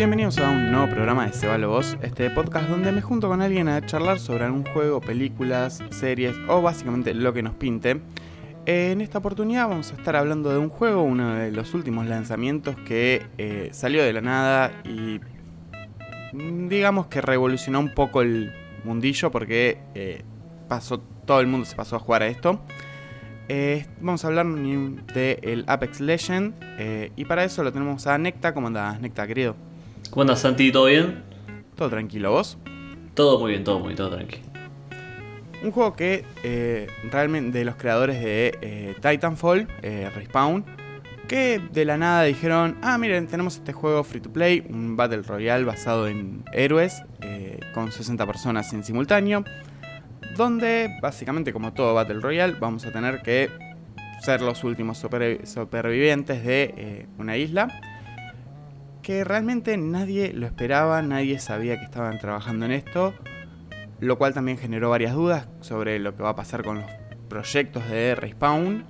Bienvenidos a un nuevo programa de Se va la voz, este podcast donde me junto con alguien a charlar sobre algún juego, películas, series o básicamente lo que nos pinte. En esta oportunidad vamos a estar hablando de un juego, uno de los últimos lanzamientos que salió de la nada y digamos que revolucionó un poco el mundillo porque todo el mundo se pasó a jugar a esto. Vamos a hablar de el Apex Legends y para eso lo tenemos a Necta. ¿Cómo andás, Necta, querido? ¿Cómo andas, Santi? ¿Todo bien? Todo tranquilo, ¿vos? Todo muy bien, todo tranquilo. Un juego que realmente de los creadores de Titanfall, Respawn, que de la nada dijeron, miren, tenemos este juego free to play, un Battle Royale basado en héroes, con 60 personas en simultáneo, donde básicamente como todo Battle Royale vamos a tener que ser los últimos supervivientes de una isla, que realmente nadie lo esperaba, nadie sabía que estaban trabajando en esto, lo cual también generó varias dudas sobre lo que va a pasar con los proyectos de Respawn,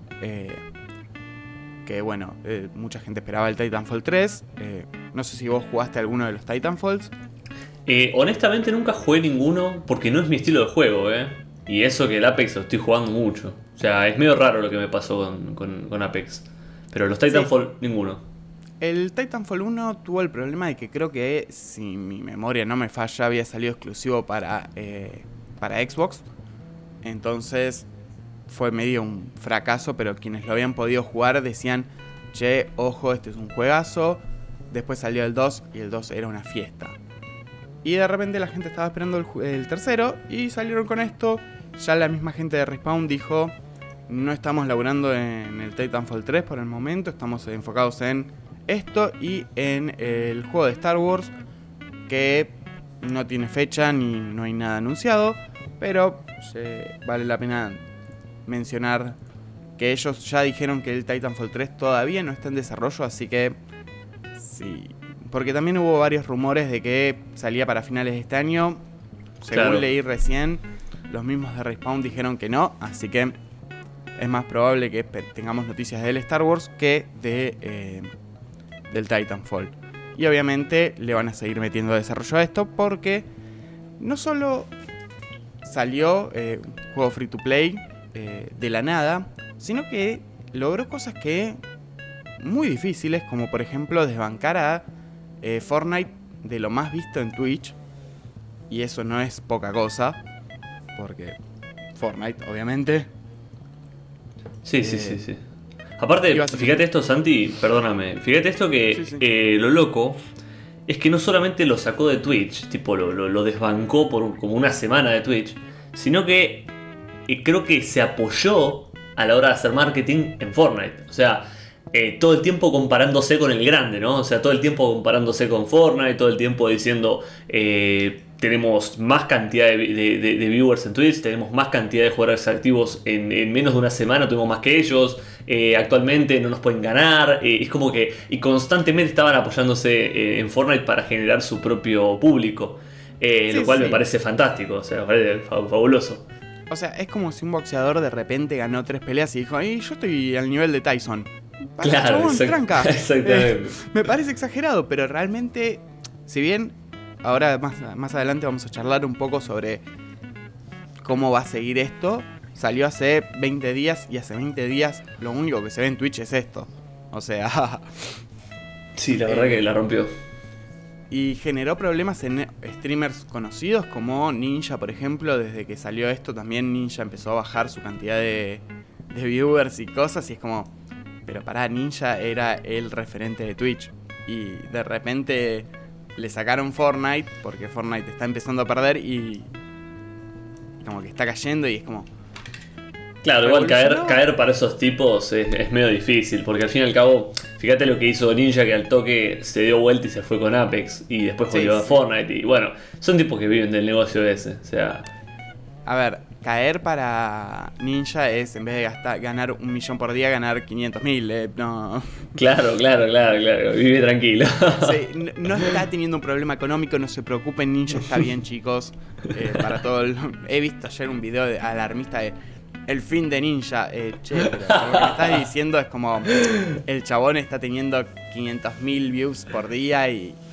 que bueno, mucha gente esperaba el Titanfall 3, no sé si vos jugaste alguno de los Titanfalls. Honestamente nunca jugué ninguno porque no es mi estilo de juego, y eso que el Apex lo estoy jugando mucho, o sea, es medio raro lo que me pasó con Apex, pero los Titanfall sí. Ninguno. El Titanfall 1 tuvo el problema de que creo que, si mi memoria no me falla, había salido exclusivo para Xbox. Entonces fue medio un fracaso, pero quienes lo habían podido jugar decían, che, ojo, este es un juegazo. Después salió el 2 y el 2 era una fiesta. Y de repente la gente estaba esperando el tercero y salieron con esto. Ya la misma gente de Respawn dijo, no estamos laburando en el Titanfall 3 por el momento, estamos enfocados en esto y en el juego de Star Wars, que no tiene fecha ni no hay nada anunciado, pero vale la pena mencionar que ellos ya dijeron que el Titanfall 3 todavía no está en desarrollo, así que sí, porque también hubo varios rumores de que salía para finales de este año. Según claro. Leí recién, los mismos de Respawn dijeron que no, así que es más probable que tengamos noticias del Star Wars que del Titanfall. Y obviamente le van a seguir metiendo desarrollo a esto porque no solo salió un juego free to play de la nada, sino que logró cosas que muy difíciles, como por ejemplo desbancar a Fortnite de lo más visto en Twitch, y eso no es poca cosa porque Fortnite, obviamente. Sí. Aparte, fíjate esto, Santi, perdóname. Fíjate esto que sí. Lo loco es que no solamente lo sacó de Twitch, tipo lo desbancó por como una semana de Twitch, sino que creo que se apoyó a la hora de hacer marketing en Fortnite. O sea, todo el tiempo comparándose con el grande, ¿no? O sea, todo el tiempo comparándose con Fortnite, todo el tiempo diciendo... tenemos más cantidad de viewers en Twitch, tenemos más cantidad de jugadores activos en menos de una semana, tuvimos más que ellos, actualmente no nos pueden ganar, es como que y constantemente estaban apoyándose en Fortnite para generar su propio público, lo cual me parece fantástico, o sea, me parece fabuloso. O sea, es como si un boxeador de repente ganó 3 peleas y dijo, yo estoy al nivel de Tyson. Claro, chabón, tranca. Exactamente. Me parece exagerado, pero realmente, si bien... Ahora más adelante vamos a charlar un poco sobre cómo va a seguir esto. Salió hace 20 días y hace 20 días lo único que se ve en Twitch es esto. O sea... Sí, la verdad que la rompió. Y generó problemas en streamers conocidos como Ninja, por ejemplo. Desde que salió esto también Ninja empezó a bajar su cantidad de viewers y cosas. Y es como... Pero pará, Ninja era el referente de Twitch. Y de repente... le sacaron Fortnite porque Fortnite está empezando a perder y como que está cayendo y es como... Claro, igual caer para esos tipos es medio difícil, porque al fin y al cabo, fíjate lo que hizo Ninja, que al toque se dio vuelta y se fue con Apex y después volvió a Fortnite y bueno, son tipos que viven del negocio ese, o sea... A ver, caer para Ninja es, en vez de ganar 1.000.000 por día, ganar 500.000, no. Claro, vive tranquilo. Sí, no está teniendo un problema económico, no se preocupen, Ninja está bien, chicos. Para todo he visto ayer un video alarmista de el fin de Ninja. Pero lo que me estás diciendo es como el chabón está teniendo 500.000 views por día y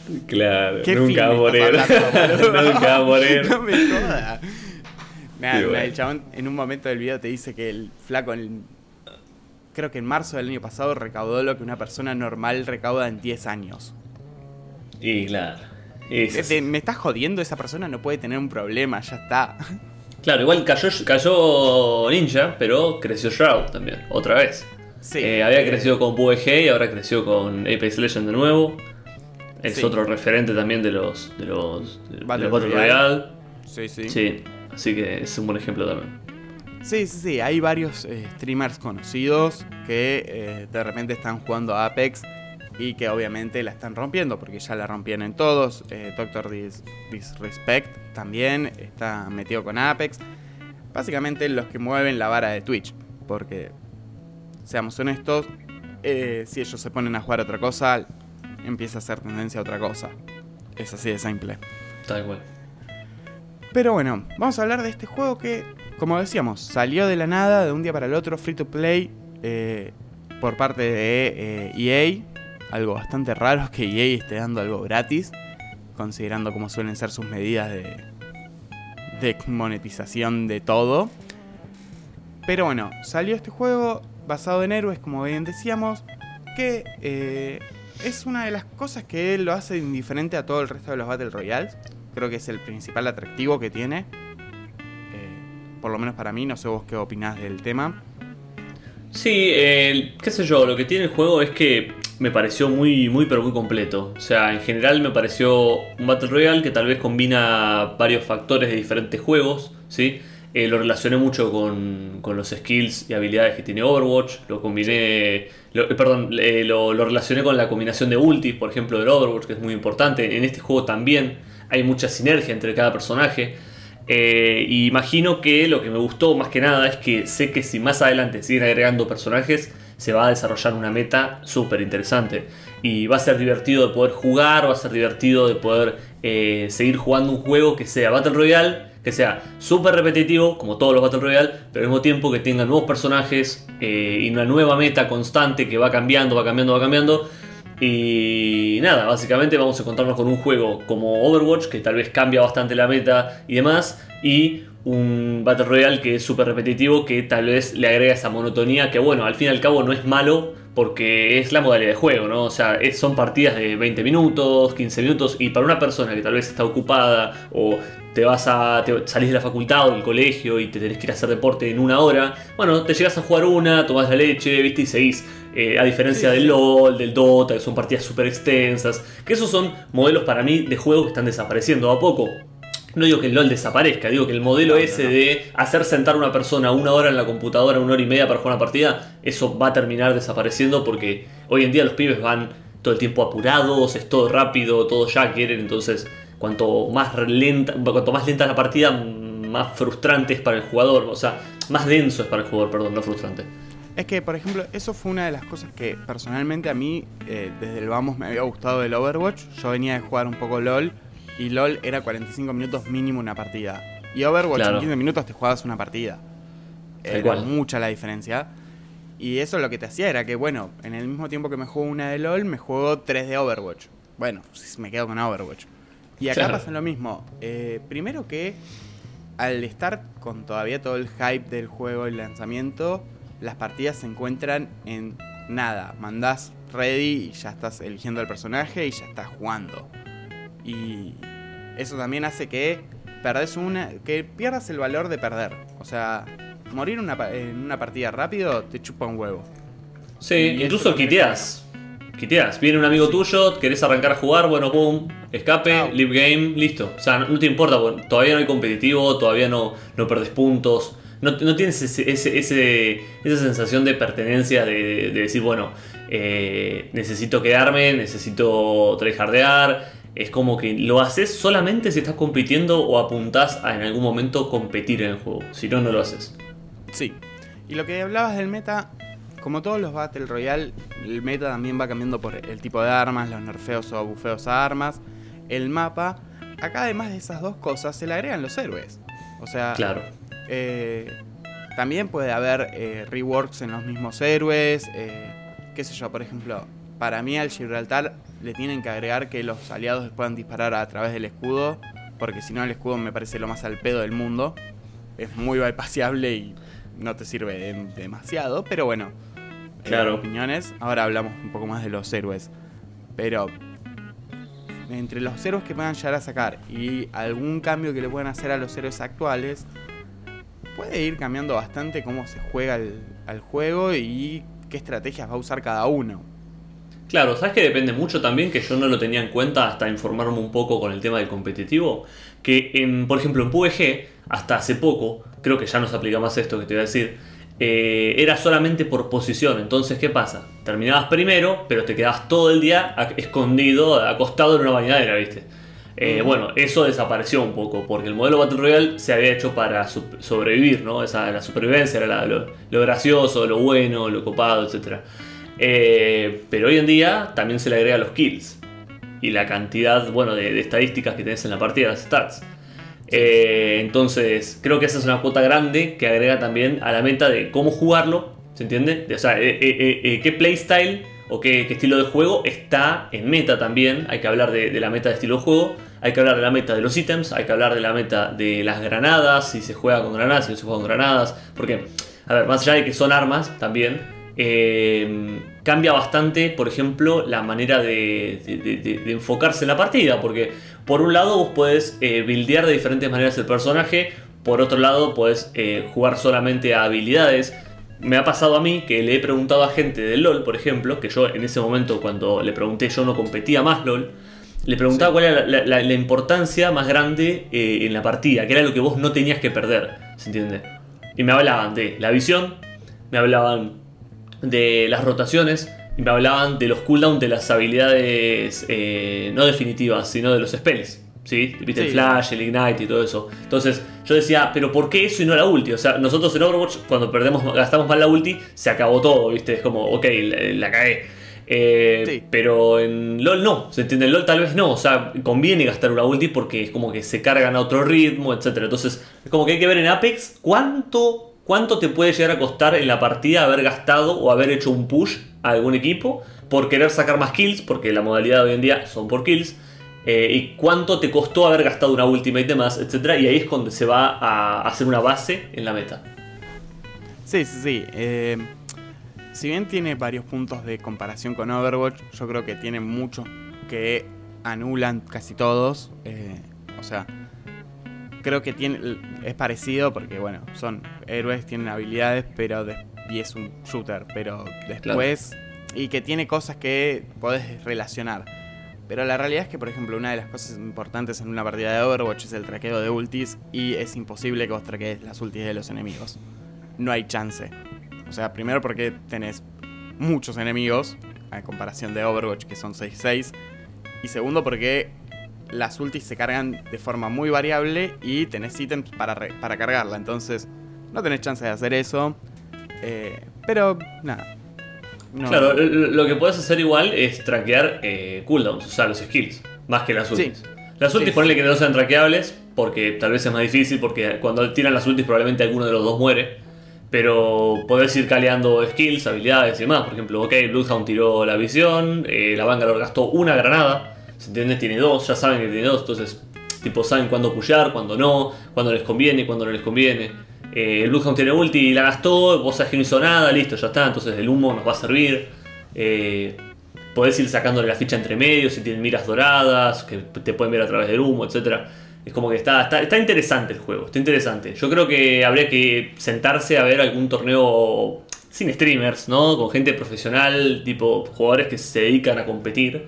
Claro, nunca va a morir. Nunca va a morir. No me jodas. Nada, el chabón en un momento del video te dice que el flaco, creo que en marzo del año pasado, recaudó lo que una persona normal recauda en 10 años. Y claro. Me estás jodiendo, esa persona no puede tener un problema, ya está. Claro, igual cayó Ninja, pero creció Shroud también, otra vez. Sí, había crecido con PUBG y ahora creció con Apex Legends de nuevo. Es otro referente también de los Battle Royale. Sí, así que es un buen ejemplo también. Sí, hay varios streamers conocidos que de repente están jugando a Apex y que obviamente la están rompiendo, porque ya la rompían en todos. Dr. Disrespect también está metido con Apex. Básicamente los que mueven la vara de Twitch, porque, seamos honestos, si ellos se ponen a jugar a otra cosa, empieza a ser tendencia a otra cosa. Es así de simple. Tal cual. Pero bueno, vamos a hablar de este juego que, como decíamos, salió de la nada, de un día para el otro, free to play, por parte de EA. Algo bastante raro es que EA esté dando algo gratis, considerando cómo suelen ser sus medidas de monetización de todo. Pero bueno, salió este juego basado en héroes, como bien decíamos, que es una de las cosas que lo hace indiferente a todo el resto de los Battle Royales. Creo que es el principal atractivo que tiene, por lo menos para mí. No sé vos qué opinás del tema. Sí, qué sé yo, lo que tiene el juego es que me pareció muy pero muy completo. O sea, en general me pareció un Battle Royale que tal vez combina varios factores de diferentes juegos, ¿sí? Lo relacioné mucho con los skills y habilidades que tiene Overwatch. Lo relacioné con la combinación de ultis, por ejemplo, del Overwatch, que es muy importante. En este juego también hay mucha sinergia entre cada personaje. Y imagino que lo que me gustó más que nada es que sé que si más adelante siguen agregando personajes, se va a desarrollar una meta súper interesante. Y va a ser divertido de poder jugar, va a ser divertido de poder seguir jugando un juego que sea Battle Royale, que sea súper repetitivo, como todos los Battle Royale, pero al mismo tiempo que tenga nuevos personajes y una nueva meta constante que va cambiando. Y nada, básicamente vamos a encontrarnos con un juego como Overwatch, que tal vez cambia bastante la meta y demás, y un Battle Royale que es súper repetitivo, que tal vez le agrega esa monotonía, que bueno, al fin y al cabo no es malo, porque es la modalidad de juego, ¿no? O sea, son partidas de 20 minutos, 15 minutos, y para una persona que tal vez está ocupada, o salís de la facultad o del colegio y te tenés que ir a hacer deporte en una hora, bueno, te llegas a jugar tomás la leche, ¿viste? Y seguís. A diferencia del LoL, del Dota, que son partidas súper extensas, que esos son modelos para mí de juegos que están desapareciendo a poco. No digo que el LoL desaparezca, digo que el modelo de hacer sentar a una persona una hora en la computadora, 1 hora y media para jugar una partida, eso va a terminar desapareciendo, porque hoy en día los pibes van todo el tiempo apurados, es todo rápido, todo ya quieren. Entonces cuanto más lenta es la partida, más frustrante es para el jugador. O sea, más denso es para el jugador, perdón, no frustrante. Es que, por ejemplo, eso fue una de las cosas que personalmente a mí, desde el vamos, me había gustado del Overwatch. Yo venía de jugar un poco LoL, y LoL era 45 minutos mínimo una partida. Y Overwatch en 15 minutos te jugabas una partida. Era mucha la diferencia. Y eso lo que te hacía era que, bueno, en el mismo tiempo que me juego una de LoL, me juego 3 de Overwatch. Bueno, me quedo con Overwatch. Y acá pasa lo mismo. Primero que, al estar con todavía todo el hype del juego y el lanzamiento, las partidas se encuentran en nada. Mandás ready y ya estás eligiendo el personaje y ya estás jugando. Y eso también hace que pierdas el valor de perder. O sea, morir en una partida rápido te chupa un huevo. Sí, y incluso quiteás. Viene un amigo tuyo, querés arrancar a jugar, bueno, boom, escape, live game, listo. O sea, no te importa, todavía no hay competitivo, todavía no perdés puntos. No tienes esa sensación de pertenencia de decir, bueno, necesito quedarme, necesito tryhardear. Es como que lo haces solamente si estás compitiendo o apuntás a en algún momento competir en el juego. Si no, no lo haces. Sí. Y lo que hablabas del meta, como todos los Battle Royale, el meta también va cambiando por el tipo de armas, los nerfeos o bufeos a armas, el mapa. Acá, además de esas dos cosas, se le agregan los héroes. O sea, claro. También puede haber reworks en los mismos héroes. Qué sé yo, por ejemplo, para mí al Gibraltar le tienen que agregar que los aliados puedan disparar a través del escudo, porque si no el escudo me parece lo más al pedo del mundo. Es muy bypaseable y no te sirve demasiado, pero bueno, claro. Opiniones. Ahora hablamos un poco más de los héroes. Pero entre los héroes que puedan llegar a sacar y algún cambio que le puedan hacer a los héroes actuales, puede ir cambiando bastante cómo se juega al juego y qué estrategias va a usar cada uno. Claro, ¿sabes que depende mucho también? Que yo no lo tenía en cuenta hasta informarme un poco con el tema del competitivo. Que, por ejemplo, en PvG, hasta hace poco, creo que ya no se aplica más esto que te voy a decir, era solamente por posición. Entonces, ¿qué pasa? Terminabas primero, pero te quedabas todo el día escondido, acostado en una bañadera, ¿viste? Bueno, eso desapareció un poco, porque el modelo Battle Royale se había hecho para sobrevivir, ¿no? La supervivencia era lo gracioso, lo bueno, lo copado, etc. Pero hoy en día también se le agrega los kills y la cantidad, bueno, de estadísticas que tenés en la partida, las stats. Entonces creo que esa es una cuota grande que agrega también a la meta de cómo jugarlo, ¿se entiende? O sea, qué playstyle o qué estilo de juego está en meta también. Hay que hablar de la meta de estilo de juego, hay que hablar de la meta de los ítems, hay que hablar de la meta de las granadas, si se juega con granadas, si no se juega con granadas, porque, a ver, más allá de que son armas también, cambia bastante, por ejemplo, la manera de enfocarse en la partida, porque por un lado vos podés buildear de diferentes maneras el personaje, por otro lado podés jugar solamente a habilidades. Me ha pasado a mí que le he preguntado a gente del LoL, por ejemplo, que yo en ese momento cuando le pregunté yo no competía más LoL, le preguntaba cuál era la importancia más grande en la partida, que era lo que vos no tenías que perder, ¿se entiende? Y me hablaban de la visión, me hablaban de las rotaciones y me hablaban de los cooldowns de las habilidades no definitivas, sino de los spells, ¿sí? ¿Viste? Sí. El flash, el ignite y todo eso. Entonces yo decía, pero ¿por qué eso y no la ulti? O sea, nosotros en Overwatch cuando gastamos mal la ulti, se acabó todo, ¿viste? Es como, ok, la cagué. Sí. Pero en LoL no, ¿se entiende? En LoL tal vez no, o sea, conviene gastar una ulti porque es como que se cargan a otro ritmo, etc. Entonces es como que hay que ver en Apex ¿cuánto te puede llegar a costar en la partida haber gastado o haber hecho un push a algún equipo por querer sacar más kills? Porque la modalidad de hoy en día son por kills. Y cuánto te costó haber gastado una ultimate de más, etc. Y ahí es donde se va a hacer una base en la meta. Sí. Si bien tiene varios puntos de comparación con Overwatch, yo creo que tiene muchos que anulan casi todos. O sea, creo que es parecido porque, bueno, son héroes, tienen habilidades, y es un shooter, pero después... Claro. Y que tiene cosas que podés relacionar. Pero la realidad es que, por ejemplo, una de las cosas importantes en una partida de Overwatch es el traqueo de ultis, y es imposible que vos traquees las ultis de los enemigos. No hay chance. O sea, primero porque tenés muchos enemigos, a comparación de Overwatch, que son 6-6. Y segundo porque las ultis se cargan de forma muy variable y tenés ítems para cargarla. Entonces, no tenés chance de hacer eso. Pero, nada. No. Claro, lo que podés hacer igual es traquear cooldowns, o sea, los skills, más que las ultis. Sí. Las ultis, ponele que no sean traqueables, porque tal vez es más difícil, porque cuando tiran las ultis probablemente alguno de los dos muere. Pero podés ir caleando skills, habilidades y demás. Por ejemplo, ok, Bloodhound tiró la visión, la Bangalore gastó una granada, ¿se entiende? Tiene dos, ya saben que tiene dos, entonces tipo saben cuándo pushear, cuándo no, cuándo les conviene, cuándo no les conviene. El Bloodhound tiene ulti y la gastó, vos sabés que no hizo nada, listo, ya está, entonces el humo nos va a servir. Podés ir sacándole la ficha entre medio si tienen miras doradas, que te pueden ver a través del humo, etc. Es como que está interesante el juego, está interesante. Yo creo que habría que sentarse a ver algún torneo sin streamers, ¿no? Con gente profesional, tipo jugadores que se dedican a competir.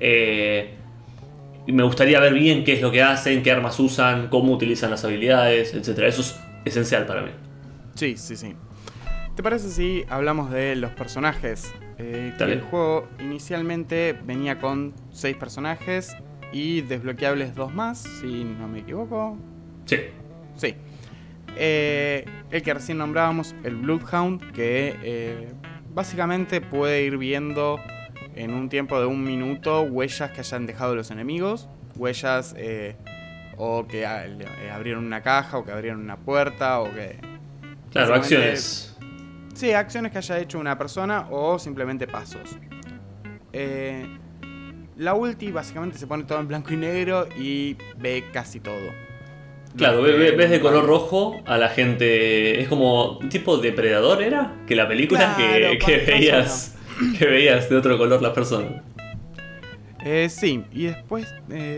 Y me gustaría ver bien qué es lo que hacen, qué armas usan, cómo utilizan las habilidades, etc. Eso es esencial para mí. Sí. ¿Te parece si hablamos de los personajes? El juego inicialmente venía con 6 personajes y desbloqueables 2 más, si no me equivoco. Sí. El que recién nombrábamos, el Bloodhound, que básicamente puede ir viendo en un tiempo de 1 minuto huellas que hayan dejado los enemigos, huellas o que abrieron una caja, o que abrieron una puerta, o que... Claro, acciones. Sí, acciones que haya hecho una persona o simplemente pasos. La ulti básicamente se pone todo en blanco y negro y ve casi todo. Claro, ves de color rojo a la gente. Es como un tipo depredador, ¿era? Que la película claro, que veías de otro color las personas. Sí, y después...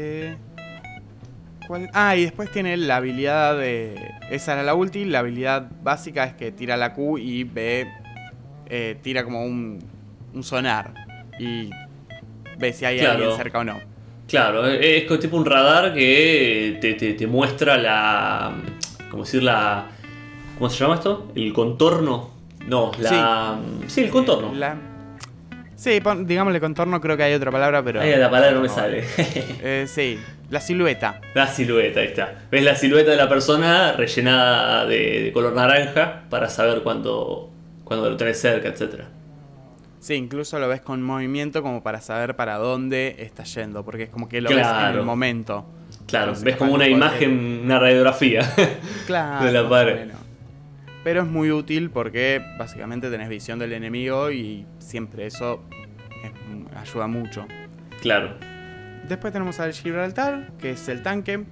y después tiene la habilidad de... Esa era la ulti, la habilidad básica es que tira la Q y ve... tira como un sonar y ve si hay alguien cerca o no. Claro, es tipo un radar que te muestra la... ¿Cómo decir? ¿Cómo se llama esto? ¿El contorno? No, Sí, el contorno. Sí, digámosle contorno, creo que hay otra palabra, pero... Ahí la palabra no me sale. Sí, la silueta. La silueta, ahí está. Ves la silueta de la persona rellenada de color naranja para saber cuándo lo tenés cerca, etcétera. Sí, incluso lo ves con movimiento como para saber para dónde está yendo, porque es como que lo ves en el momento. Claro, entonces, ves como una imagen, una radiografía claro, de la pared. Pero es muy útil porque básicamente tenés visión del enemigo y siempre eso ayuda mucho. Claro. Después tenemos al Gibraltar, que es el tanque,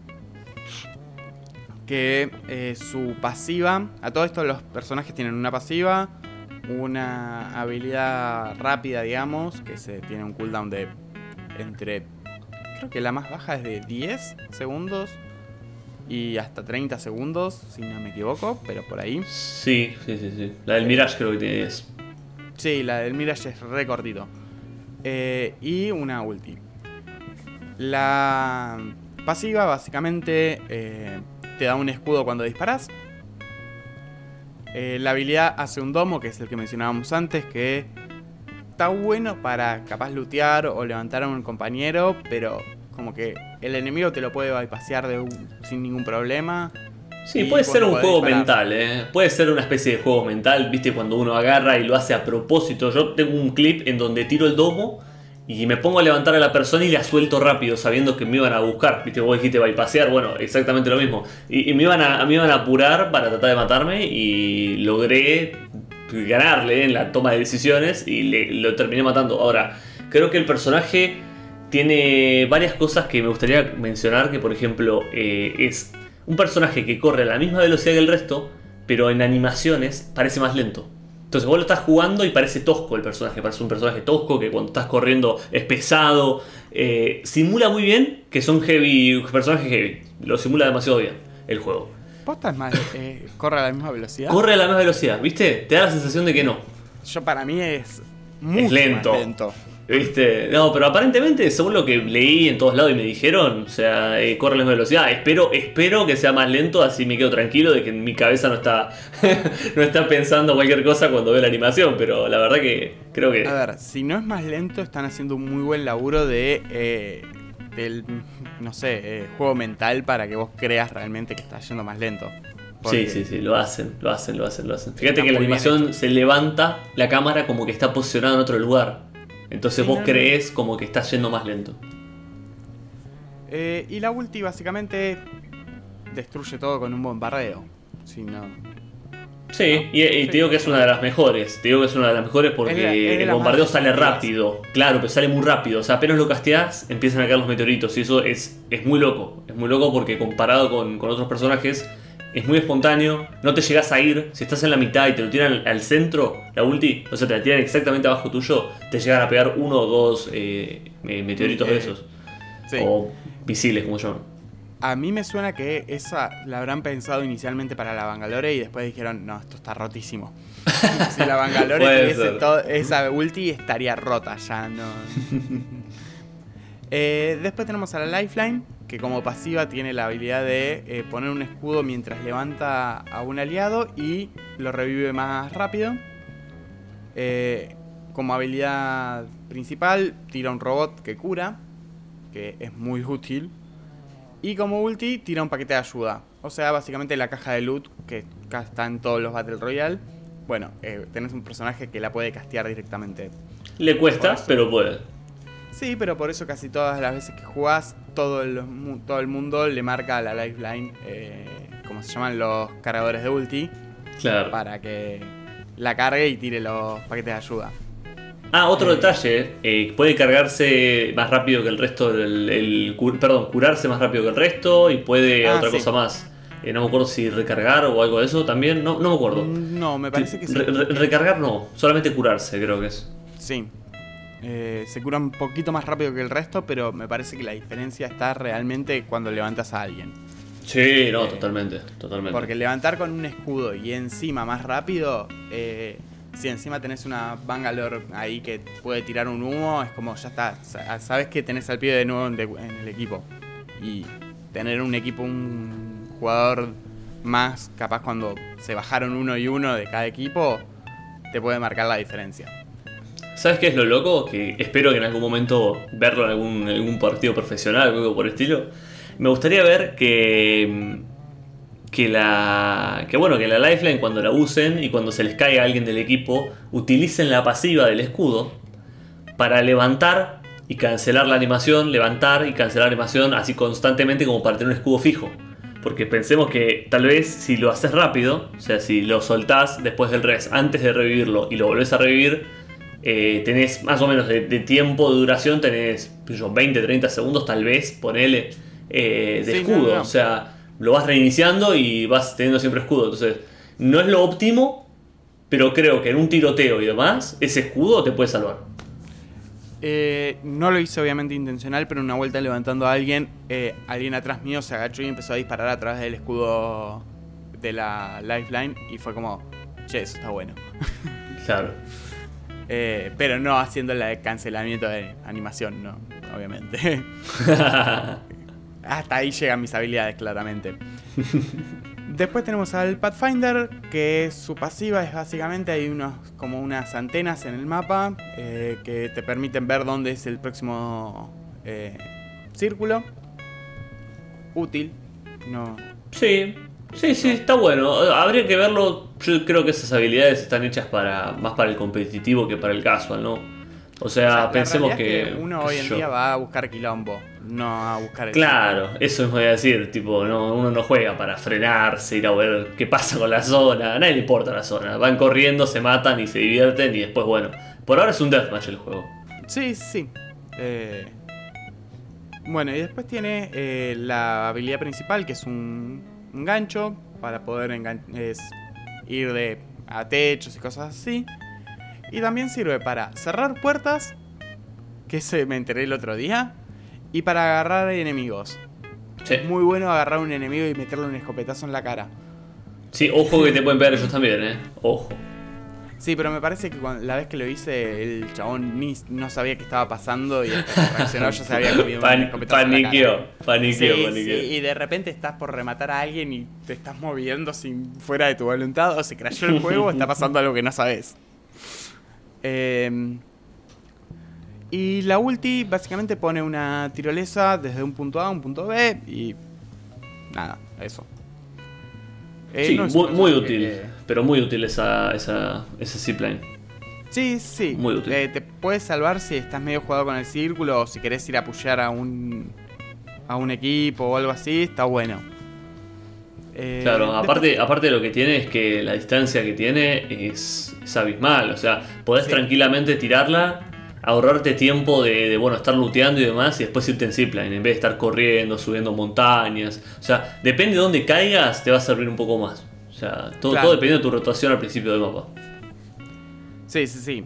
que su pasiva... A todo esto los personajes tienen una pasiva, una habilidad rápida, digamos, que tiene un cooldown de entre... Creo que la más baja es de 10 segundos y hasta 30 segundos, si no me equivoco, pero por ahí. Sí. La del Mirage creo que tiene 10. Sí, la del Mirage es re cortito. Y una ulti. La pasiva básicamente te da un escudo cuando disparas. La habilidad hace un domo, que es el que mencionábamos antes, que está bueno para capaz lootear o levantar a un compañero, pero como que el enemigo te lo puede bypassear sin ningún problema. Sí, puede ser un juego mental, puede ser una especie de juego mental, viste, cuando uno agarra y lo hace a propósito. Yo tengo un clip en donde tiro el domo y me pongo a levantar a la persona y la suelto rápido, sabiendo que me iban a buscar. Viste, vos dijiste bypassear, bueno, exactamente lo mismo. Y me iban a apurar para tratar de matarme y logré ganarle en la toma de decisiones y lo terminé matando. Ahora, creo que el personaje tiene varias cosas que me gustaría mencionar, que por ejemplo es un personaje que corre a la misma velocidad que el resto, pero en animaciones parece más lento. Entonces vos lo estás jugando y parece tosco el personaje, parece un personaje tosco que cuando estás corriendo es pesado. Simula muy bien que son personajes heavy, lo simula demasiado bien el juego. ¿Posta es más? ¿Corre a la misma velocidad? Corre a la misma velocidad, ¿viste? Te da la sensación de que no. Para mí es mucho lento. Más lento. ¿Viste? No, pero aparentemente, según lo que leí en todos lados y me dijeron, o sea, corre a la misma velocidad. Espero que sea más lento, así me quedo tranquilo de que en mi cabeza no está no está pensando cualquier cosa cuando veo la animación, pero la verdad que creo que... A ver, si no es más lento, están haciendo un muy buen laburo del, no sé, juego mental para que vos creas realmente que está yendo más lento. Sí, lo hacen. Fíjate que la animación se levanta la cámara como que está posicionada en otro lugar. Entonces vos crees como que está yendo más lento. Y la ulti básicamente destruye todo con un bombardeo. Si no... Sí, y te digo que es una de las mejores. Te digo que es una de las mejores porque el bombardeo sale rápido. Claro, pero sale muy rápido. O sea, apenas lo casteás, empiezan a caer los meteoritos. Y eso es muy loco. Es muy loco porque comparado con otros personajes, es muy espontáneo. No te llegás a ir. Si estás en la mitad y te lo tiran al centro, la ulti, o sea, te la tiran exactamente abajo tuyo, te llegan a pegar 1 o 2 meteoritos de esos. Sí. O misiles, como llaman. A mí me suena que esa la habrán pensado inicialmente para la Bangalore y después dijeron, no, esto está rotísimo. Si la Bangalore tuviese esa ulti estaría rota ya, no. Después tenemos a la Lifeline, que como pasiva tiene la habilidad de poner un escudo mientras levanta a un aliado y lo revive más rápido. Como habilidad principal tira un robot que cura, que es muy útil. Y como ulti, tira un paquete de ayuda. O sea, básicamente la caja de loot que está en todos los Battle Royale. Bueno, tenés un personaje que la puede castear directamente. Le cuesta, pero puede. Sí, pero por eso casi todas las veces que jugás, todo el mundo le marca a la Lifeline, como se llaman los cargadores de ulti. Claro. Para que la cargue y tire los paquetes de ayuda. Otro detalle, puede cargarse más rápido que el resto, curarse más rápido que el resto y puede otra cosa más. No me acuerdo si recargar o algo de eso también, no me acuerdo. No, me parece que sí. Recargar no, solamente curarse creo que es. Sí, se cura un poquito más rápido que el resto, pero me parece que la diferencia está realmente cuando levantas a alguien. Sí, no, totalmente. Porque levantar con un escudo y encima más rápido... si encima tenés una Bangalore ahí que puede tirar un humo, es como ya está, sabes que tenés al pie de nuevo en el equipo. Y tener un equipo, un jugador más capaz cuando se bajaron 1 y 1 de cada equipo, te puede marcar la diferencia. ¿Sabes qué es lo loco? Que espero que en algún momento verlo en algún partido profesional o algo por el estilo. Me gustaría ver que la lifeline, cuando la usen y cuando se les caiga a alguien del equipo, utilicen la pasiva del escudo para levantar y cancelar la animación, así constantemente como para tener un escudo fijo. Porque pensemos que tal vez si lo haces rápido, o sea, si lo soltás después del res, antes de revivirlo y lo volvés a revivir, tenés más o menos de tiempo de duración, tenés 20-30 segundos tal vez, ponele, de escudo. No. O sea, lo vas reiniciando y vas teniendo siempre escudo. Entonces, no es lo óptimo, pero creo que en un tiroteo y demás, ese escudo te puede salvar. No lo hice obviamente intencional, pero una vuelta levantando a alguien, alguien atrás mío se agachó y empezó a disparar a través del escudo de la lifeline y fue como, che, eso está bueno. Claro. Pero no haciendo el cancelamiento de animación, no, obviamente. Hasta ahí llegan mis habilidades, claramente. Después tenemos al Pathfinder, que su pasiva es básicamente hay como unas antenas en el mapa que te permiten ver dónde es el próximo círculo. Útil. No. Sí, está bueno. Habría que verlo. Yo creo que esas habilidades están hechas más para el competitivo que para el casual, ¿no? O sea, pensemos que uno hoy en día va a buscar quilombo, no a buscar el Claro, eso mismo voy a decir, tipo, uno no juega para frenarse, ir a ver qué pasa con la zona, a nadie le importa la zona, van corriendo, se matan y se divierten y después, bueno, por ahora es un deathmatch el juego. Sí. Bueno, y después tiene la habilidad principal, que es un gancho para poder ir a techos y cosas así. Y también sirve para cerrar puertas, que me enteré el otro día, y para agarrar enemigos. Sí. Es muy bueno agarrar un enemigo y meterle un escopetazo en la cara. Sí, ojo que te pueden pegar ellos también, ojo. Sí, pero me parece que la vez que lo hice, el chabón no sabía qué estaba pasando y hasta que reaccionó ya se había comido un escopetazo en la cara. Paniqueó. Sí, y de repente estás por rematar a alguien y te estás moviendo fuera de tu voluntad, o se crashó el juego o está pasando algo que no sabes. Y la ulti básicamente pone una tirolesa desde un punto A a un punto B y nada, eso. Sí, no muy útil, pero muy útil esa zipline. Sí. Muy útil. Te puedes salvar si estás medio jugado con el círculo o si querés ir a pushear a un equipo o algo así, está bueno. Claro, aparte de lo que tiene es que la distancia que tiene es abismal. O sea, podés tranquilamente tirarla, ahorrarte tiempo de estar looteando y demás y después irte en zipline en vez de estar corriendo, subiendo montañas. O sea, depende de dónde caigas, te va a servir un poco más. O sea, todo dependiendo de tu rotación al principio del mapa. Sí.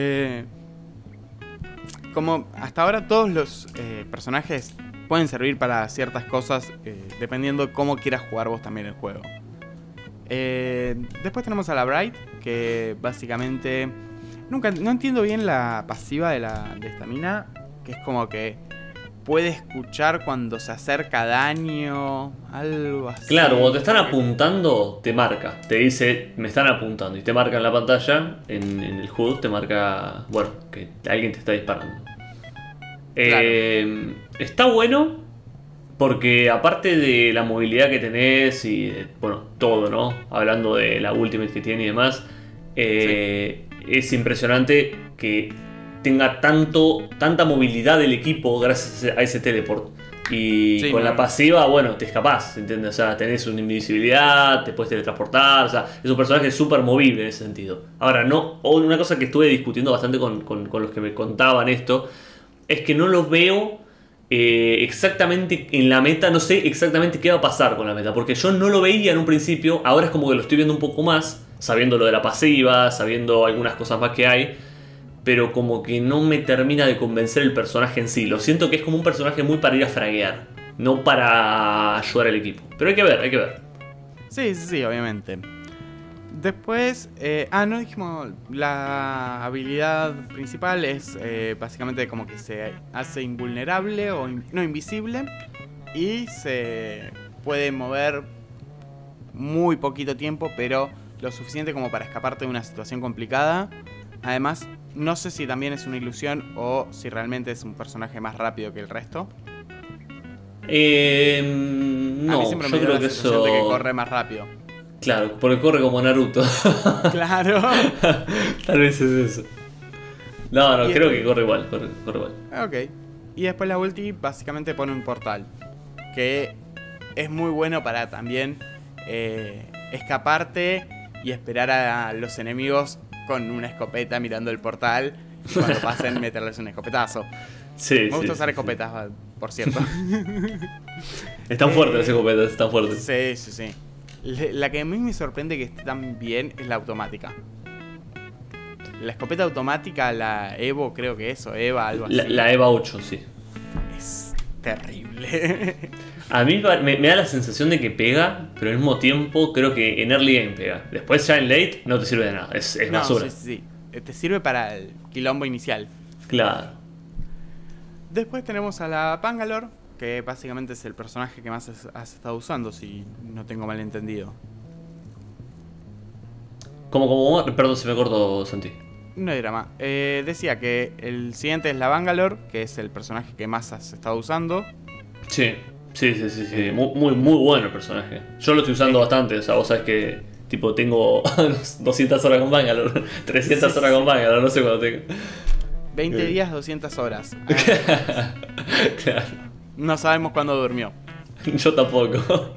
Como hasta ahora todos los personajes pueden servir para ciertas cosas dependiendo cómo quieras jugar vos también el juego. Después tenemos a la Bright, que básicamente no entiendo bien la pasiva de esta mina, que es como que puede escuchar cuando se acerca daño, algo así. Claro, cuando te están apuntando te marca, te dice me están apuntando y te marca en la pantalla, en el HUD te marca, que alguien te está disparando. Claro. Está bueno porque aparte de la movilidad que tenés y todo, ¿no? Hablando de la ultimate que tiene y demás, es impresionante que tenga tanta movilidad del equipo gracias a ese teleport. Y sí, con la pasiva, bueno, te escapás, ¿entiendes? O sea, tenés una invisibilidad, te puedes teletransportar, o sea, es un personaje súper movible en ese sentido. Ahora, no, una cosa que estuve discutiendo bastante con los que me contaban esto, es que no lo veo exactamente en la meta, no sé exactamente qué va a pasar con la meta, porque yo no lo veía en un principio, ahora es como que lo estoy viendo un poco más, sabiendo lo de la pasiva, sabiendo algunas cosas más que hay, pero como que no me termina de convencer el personaje en sí. Lo siento que es como un personaje muy para ir a fraguear, no para ayudar al equipo. Pero hay que ver. Sí, obviamente. Después, no dijimos, la habilidad principal es básicamente como que se hace invulnerable o no invisible y se puede mover muy poquito tiempo, pero lo suficiente como para escaparte de una situación complicada. Además, no sé si también es una ilusión o si realmente es un personaje más rápido que el resto. No, a mí siempre me dio la sensación de que corre más rápido. Claro, porque corre como Naruto. Claro. Tal vez es eso. No, creo que corre igual, corre igual. Ok. Y después la ulti básicamente pone un portal, que es muy bueno para también escaparte y esperar a los enemigos con una escopeta mirando el portal y cuando pasen meterles un escopetazo. Sí, me gusta usar escopetas, por cierto. Están fuertes las escopetas, están fuertes. Sí. La que a mí me sorprende que esté tan bien es la automática. La escopeta automática, la Evo, creo que eso, Eva, algo así. La Eva 8, sí. Es terrible. A mí me da la sensación de que pega, pero al mismo tiempo creo que en early game pega. Después ya en late no te sirve de nada, es basura. Sí. Te sirve para el quilombo inicial. Claro. Después tenemos a la Bangalore, que básicamente es el personaje que más has estado usando, si no tengo mal entendido. Como perdón, se me cortó, Santi. No hay drama. Decía que el siguiente es la Bangalore, que es el personaje que más has estado usando. Sí. Muy bueno el personaje. Yo lo estoy usando bastante, o sea, vos sabés que tipo tengo 200 horas con Bangalore, 300 horas con Bangalore, no sé cuánto tengo. 20 días, 200 horas. Claro. No sabemos cuándo durmió. Yo tampoco.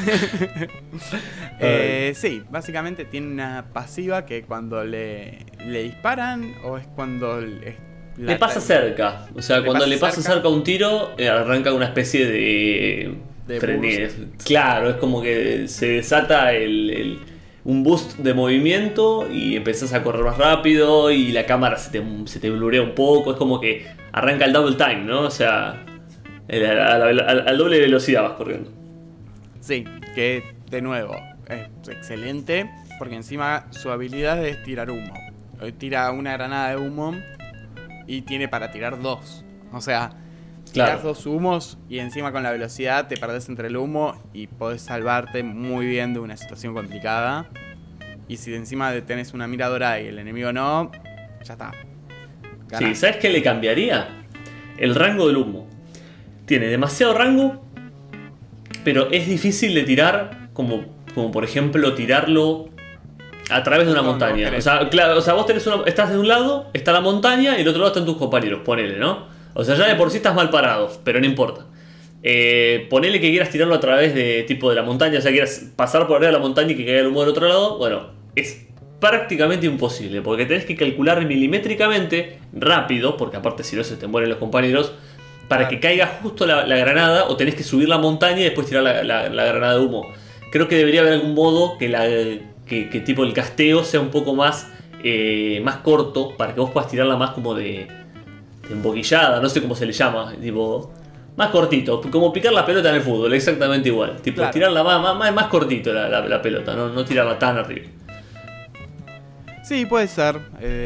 Sí, básicamente tiene una pasiva que cuando le disparan o es cuando le pasa cerca. O sea, cuando le pasa cerca un tiro, arranca una especie de claro, es como que se desata un boost de movimiento y empezás a correr más rápido y la cámara se te blurea un poco. Es como que arranca el double time, ¿no? O sea, al doble velocidad vas corriendo. Sí, que de nuevo es excelente porque encima su habilidad es tirar humo. Tira una granada de humo y tiene para tirar 2. O sea, tiras 2 humos y encima con la velocidad te perdés entre el humo y podés salvarte muy bien de una situación complicada. Y si encima tenés una mira dorada y el enemigo no, ya está. Sí, ¿sabes qué le cambiaría? El rango del humo. Tiene demasiado rango, pero es difícil de tirar como por ejemplo tirarlo a través de una montaña. O sea, claro, vos estás de un lado, está la montaña y del otro lado están tus compañeros, ponele, ¿no? O sea, ya de por sí estás mal parado, pero no importa. Ponele que quieras tirarlo a través de la montaña, o sea, quieras pasar por arriba de la montaña y que caiga el humo del otro lado. Bueno, es prácticamente imposible, porque tenés que calcular milimétricamente, rápido, porque aparte si no se te mueren los compañeros, para que caiga justo la granada, o tenés que subir la montaña y después tirar la granada de humo. Creo que debería haber algún modo que tipo el casteo sea un poco más corto, para que vos puedas tirarla más como de emboquillada, no sé cómo se le llama, tipo más cortito, como picar la pelota en el fútbol, exactamente igual, tipo tirarla más cortito la pelota, no tirarla tan arriba. Sí, puede ser.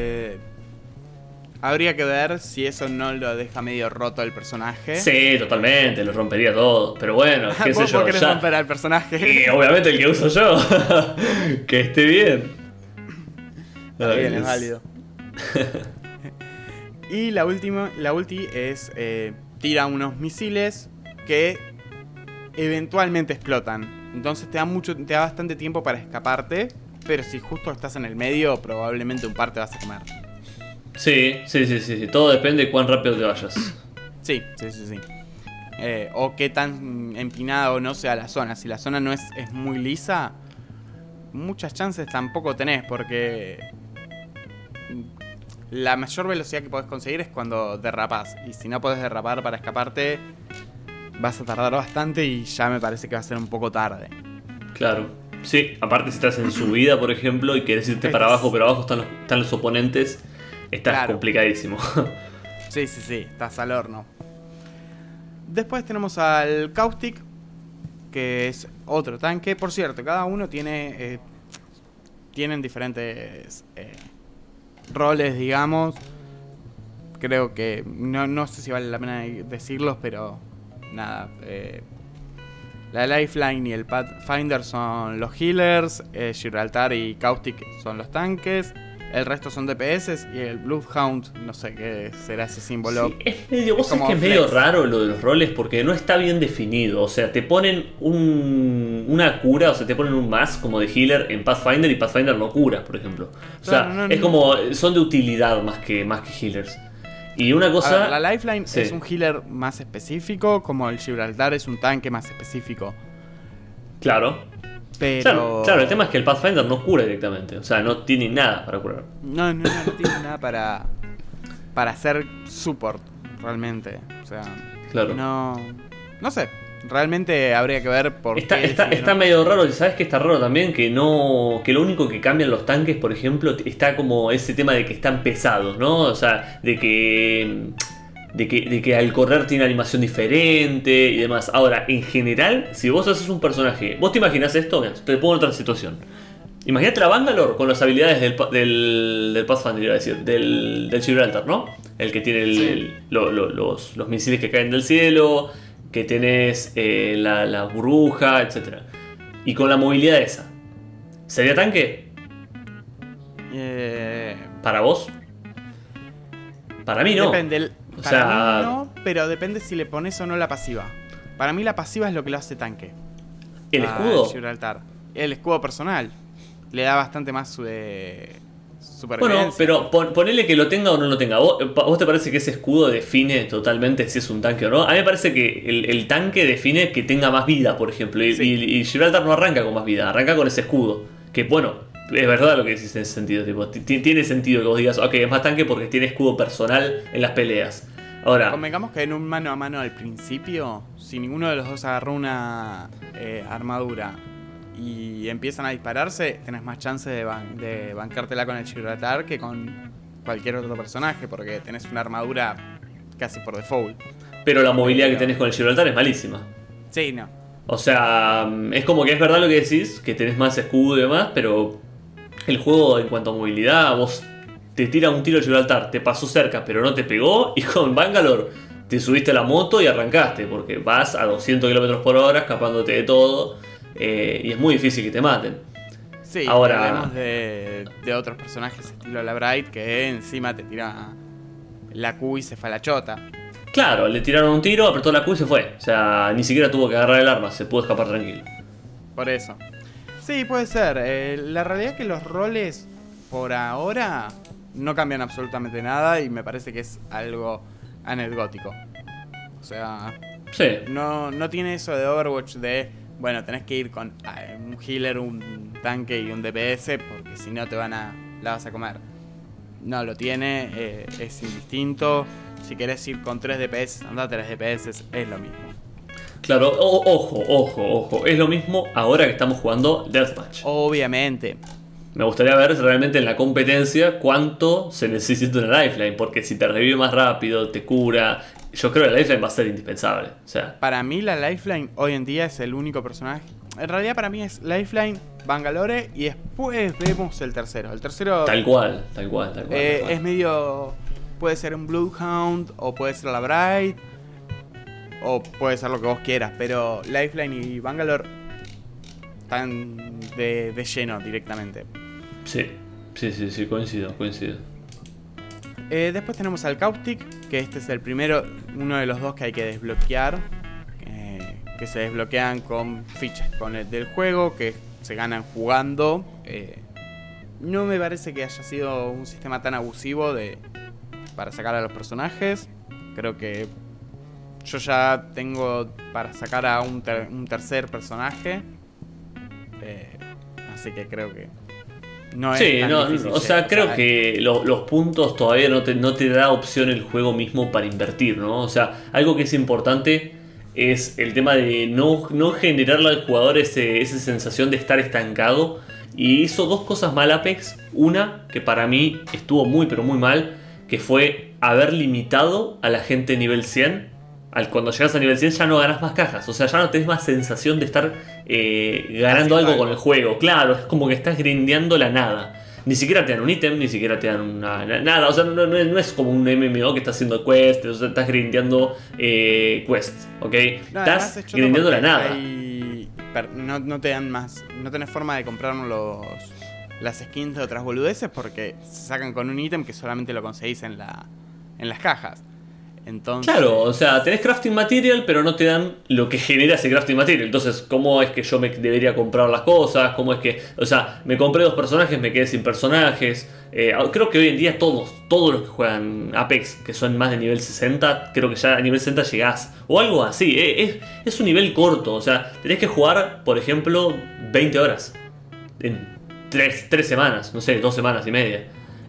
Habría que ver si eso no lo deja medio roto el personaje. Sí, totalmente, lo rompería todo. Pero bueno, qué sé yo. ¿Vos querés romper al personaje? Y obviamente el que uso yo. Que esté bien. Está bien, es válido. Y la ulti es tira unos misiles que eventualmente explotan. Entonces te da bastante tiempo para escaparte. Pero si justo estás en el medio, probablemente un par te vas a comer. Sí. Todo depende de cuán rápido te vayas. Sí. o qué tan empinada o no sea la zona. Si la zona no es muy lisa, muchas chances tampoco tenés, porque la mayor velocidad que podés conseguir es cuando derrapás. Y si no podés derrapar para escaparte, vas a tardar bastante y ya me parece que va a ser un poco tarde. Claro. Sí, aparte si estás en subida, por ejemplo, y querés irte para abajo, pero abajo están los oponentes, estás complicadísimo. Sí, estás al horno. Después tenemos al Caustic, que es otro tanque. Por cierto, cada uno tienen diferentes roles, digamos. Creo que no sé si vale la pena decirlos, pero nada. La Lifeline y el Pathfinder son los healers, Gibraltar y Caustic son los tanques, el resto son DPS y el Bloodhound, no sé qué será ese símbolo. Sí, es medio raro lo de los roles porque no está bien definido. O sea, te ponen una cura, o sea, te ponen un más como de healer en Pathfinder y Pathfinder no cura, por ejemplo. O sea, es como, son de utilidad más que healers. Y una cosa... la Lifeline es un healer más específico, como el Gibraltar es un tanque más específico. Claro. Pero... Claro, el tema es que el Pathfinder no cura directamente. O sea, no tiene nada para curar. No tiene nada para hacer support, realmente. O sea, claro. No sé. Realmente habría que ver por qué. Está medio raro. ¿Sabes qué está raro también? Que lo único que cambian los tanques, por ejemplo, está como ese tema de que están pesados, ¿no? O sea, de que al correr tiene animación diferente y demás. Ahora, en general, si vos haces un personaje, vos te imaginás esto, mira, te pongo en otra situación. Imagínate la Bangalore con las habilidades del Pathfinder, iba a decir, del Gibraltar, ¿no? El que tiene los misiles que caen del cielo, que tenés la burbuja, etc. Y con la movilidad esa, ¿sería tanque? ¿Para vos? Para mí no. Depende. Para mí no, pero depende si le pones o no la pasiva. Para mí la pasiva es lo que lo hace tanque. ¿El escudo? Gibraltar. El escudo personal. Le da bastante más supervivencia. Bueno, pero ponele que lo tenga o no lo tenga. ¿Vos te parece que ese escudo define totalmente si es un tanque o no? A mí me parece que el tanque define que tenga más vida, por ejemplo. Y Gibraltar no arranca con más vida, arranca con ese escudo. Que bueno, es verdad lo que decís en ese sentido. Tipo, tiene sentido que vos digas, ok, es más tanque porque tiene escudo personal en las peleas. Ahora, convengamos que en un mano a mano al principio, si ninguno de los dos agarró una armadura y empiezan a dispararse, tenés más chance de bancártela con el Gibraltar que con cualquier otro personaje, porque tenés una armadura casi por default. Pero la movilidad que tenés con el Gibraltar es malísima. Sí, no. O sea, es como que es verdad lo que decís, que tenés más escudo y demás, pero el juego en cuanto a movilidad, vos te tira un tiro el Gibraltar, te pasó cerca pero no te pegó, y con Bangalore te subiste a la moto y arrancaste, porque vas a 200 km por hora escapándote de todo, y es muy difícil que te maten. Sí, ahora hablamos de otros personajes estilo la Bright, que encima te tira la Q y se fue a la chota. Claro, le tiraron un tiro, apretó la Q y se fue. O sea, ni siquiera tuvo que agarrar el arma, se pudo escapar tranquilo. Por eso. Sí, puede ser. La realidad es que los roles por ahora no cambian absolutamente nada y me parece que es algo anecdótico. O sea, sí. No tiene eso de Overwatch de, bueno, tenés que ir con un healer, un tanque y un DPS porque si no la vas a comer. No, lo tiene, es indistinto. Si querés ir con 3 DPS, anda a 3 DPS, es lo mismo. Claro, ojo. Es lo mismo ahora que estamos jugando Deathmatch. Obviamente. Me gustaría ver realmente en la competencia cuánto se necesita una lifeline. Porque si te revive más rápido, te cura. Yo creo que la lifeline va a ser indispensable. O sea, para mí la lifeline hoy en día es el único personaje. En realidad para mí es lifeline, Bangalore y después vemos el tercero. El tercero... Tal cual. Es medio... Puede ser un Bloodhound o puede ser la Bright o puede ser lo que vos quieras, pero Lifeline y Bangalore están de lleno directamente. Sí, coincido. Después tenemos al Caustic, que este es el primero, uno de los dos que hay que desbloquear, que se desbloquean con fichas del juego, que se ganan jugando. No me parece que haya sido un sistema tan abusivo para sacar a los personajes. Creo que yo ya tengo para sacar a un tercer personaje. Así que creo que no es tan difícil. O sea, creo que los puntos todavía no te da opción el juego mismo para invertir, ¿no? O sea, algo que es importante es el tema de no generarle al jugador esa sensación de estar estancado. Y hizo dos cosas mal Apex. Una, que para mí estuvo muy pero muy mal, que fue haber limitado a la gente nivel 100. Cuando llegas a nivel 100 ya no ganas más cajas. O sea, ya no tenés más sensación de estar ganando algo con el juego. Claro, es como que estás grindeando la nada. Ni siquiera te dan un ítem, ni siquiera te dan nada. O sea, no es como un MMO que está haciendo quests. O sea, estás grindeando quests, ¿ok? Estás grindeando la nada. No te dan más. No tenés forma de comprar las skins de otras boludeces porque se sacan con un ítem que solamente lo conseguís en las cajas. Entonces... Claro, o sea, tenés crafting material, pero no te dan lo que genera ese crafting material. Entonces, ¿cómo es que yo me debería comprar las cosas? ¿Cómo es que...? O sea, me compré 2 personajes, me quedé sin personajes. Creo que hoy en día todos los que juegan Apex, que son más de nivel 60, creo que ya a nivel 60 llegás. O algo así, es un nivel corto. O sea, tenés que jugar, por ejemplo, 20 horas. En 3 semanas, no sé, 2 semanas y media.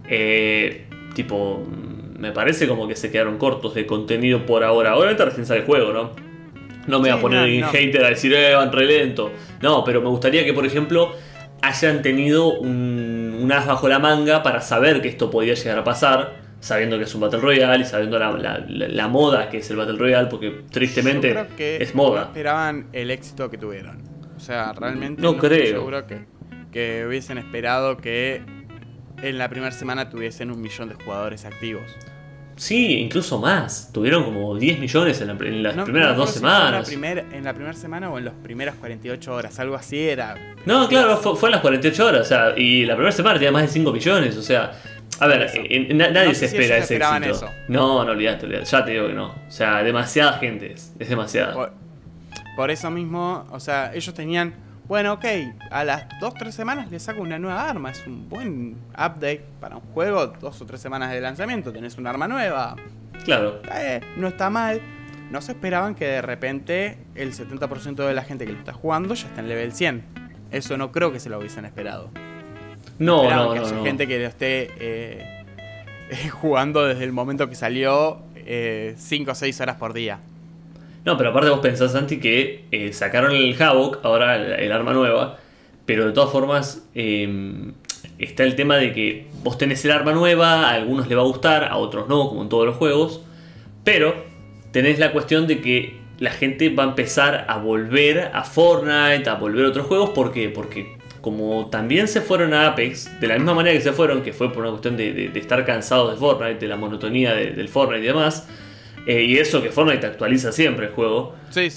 Me parece como que se quedaron cortos de contenido por ahora. Obviamente recién sale el juego, ¿no? No me voy a poner en hater a decir, van re lento. No, pero me gustaría que, por ejemplo, hayan tenido un as bajo la manga para saber que esto podía llegar a pasar, sabiendo que es un Battle Royale y sabiendo la moda que es el Battle Royale, porque tristemente yo creo que es moda. No esperaban el éxito que tuvieron. O sea, realmente no creo. Estoy seguro que hubiesen esperado que en la primera semana tuviesen 1 millón de jugadores activos. Sí, incluso más. Tuvieron como 10 millones en las primeras 2 semanas. En la primera semana o en las primeras 48 horas, algo así era. No, claro, fue en las 48 horas. O sea, y la primera semana tenía más de 5 millones. O sea, a ver, nadie se espera ese éxito. Eso. No, olvidate. Ya te digo que no. O sea, demasiada gente es demasiada. Por eso mismo, o sea, ellos tenían. Bueno, ok, a las 2-3 semanas le saco una nueva arma. Es un buen update para un juego. 2 o 3 semanas de lanzamiento, tenés un arma nueva. Claro. No está mal. No se esperaban que de repente el 70% de la gente que lo está jugando ya está en level 100. Eso no creo que se lo hubiesen esperado. No. Que haya gente que lo esté jugando desde el momento que salió 5 o 6 horas por día. No, pero aparte vos pensás, Santi, que sacaron el Havoc, ahora el arma nueva, pero de todas formas está el tema de que vos tenés el arma nueva, a algunos les va a gustar, a otros no, como en todos los juegos, pero tenés la cuestión de que la gente va a empezar a volver a Fortnite, a volver a otros juegos. ¿Por qué? Porque como también se fueron a Apex, de la misma manera que se fueron, que fue por una cuestión de estar cansados de Fortnite, de la monotonía del Fortnite y demás, y eso que Fortnite actualiza siempre el juego. Sí.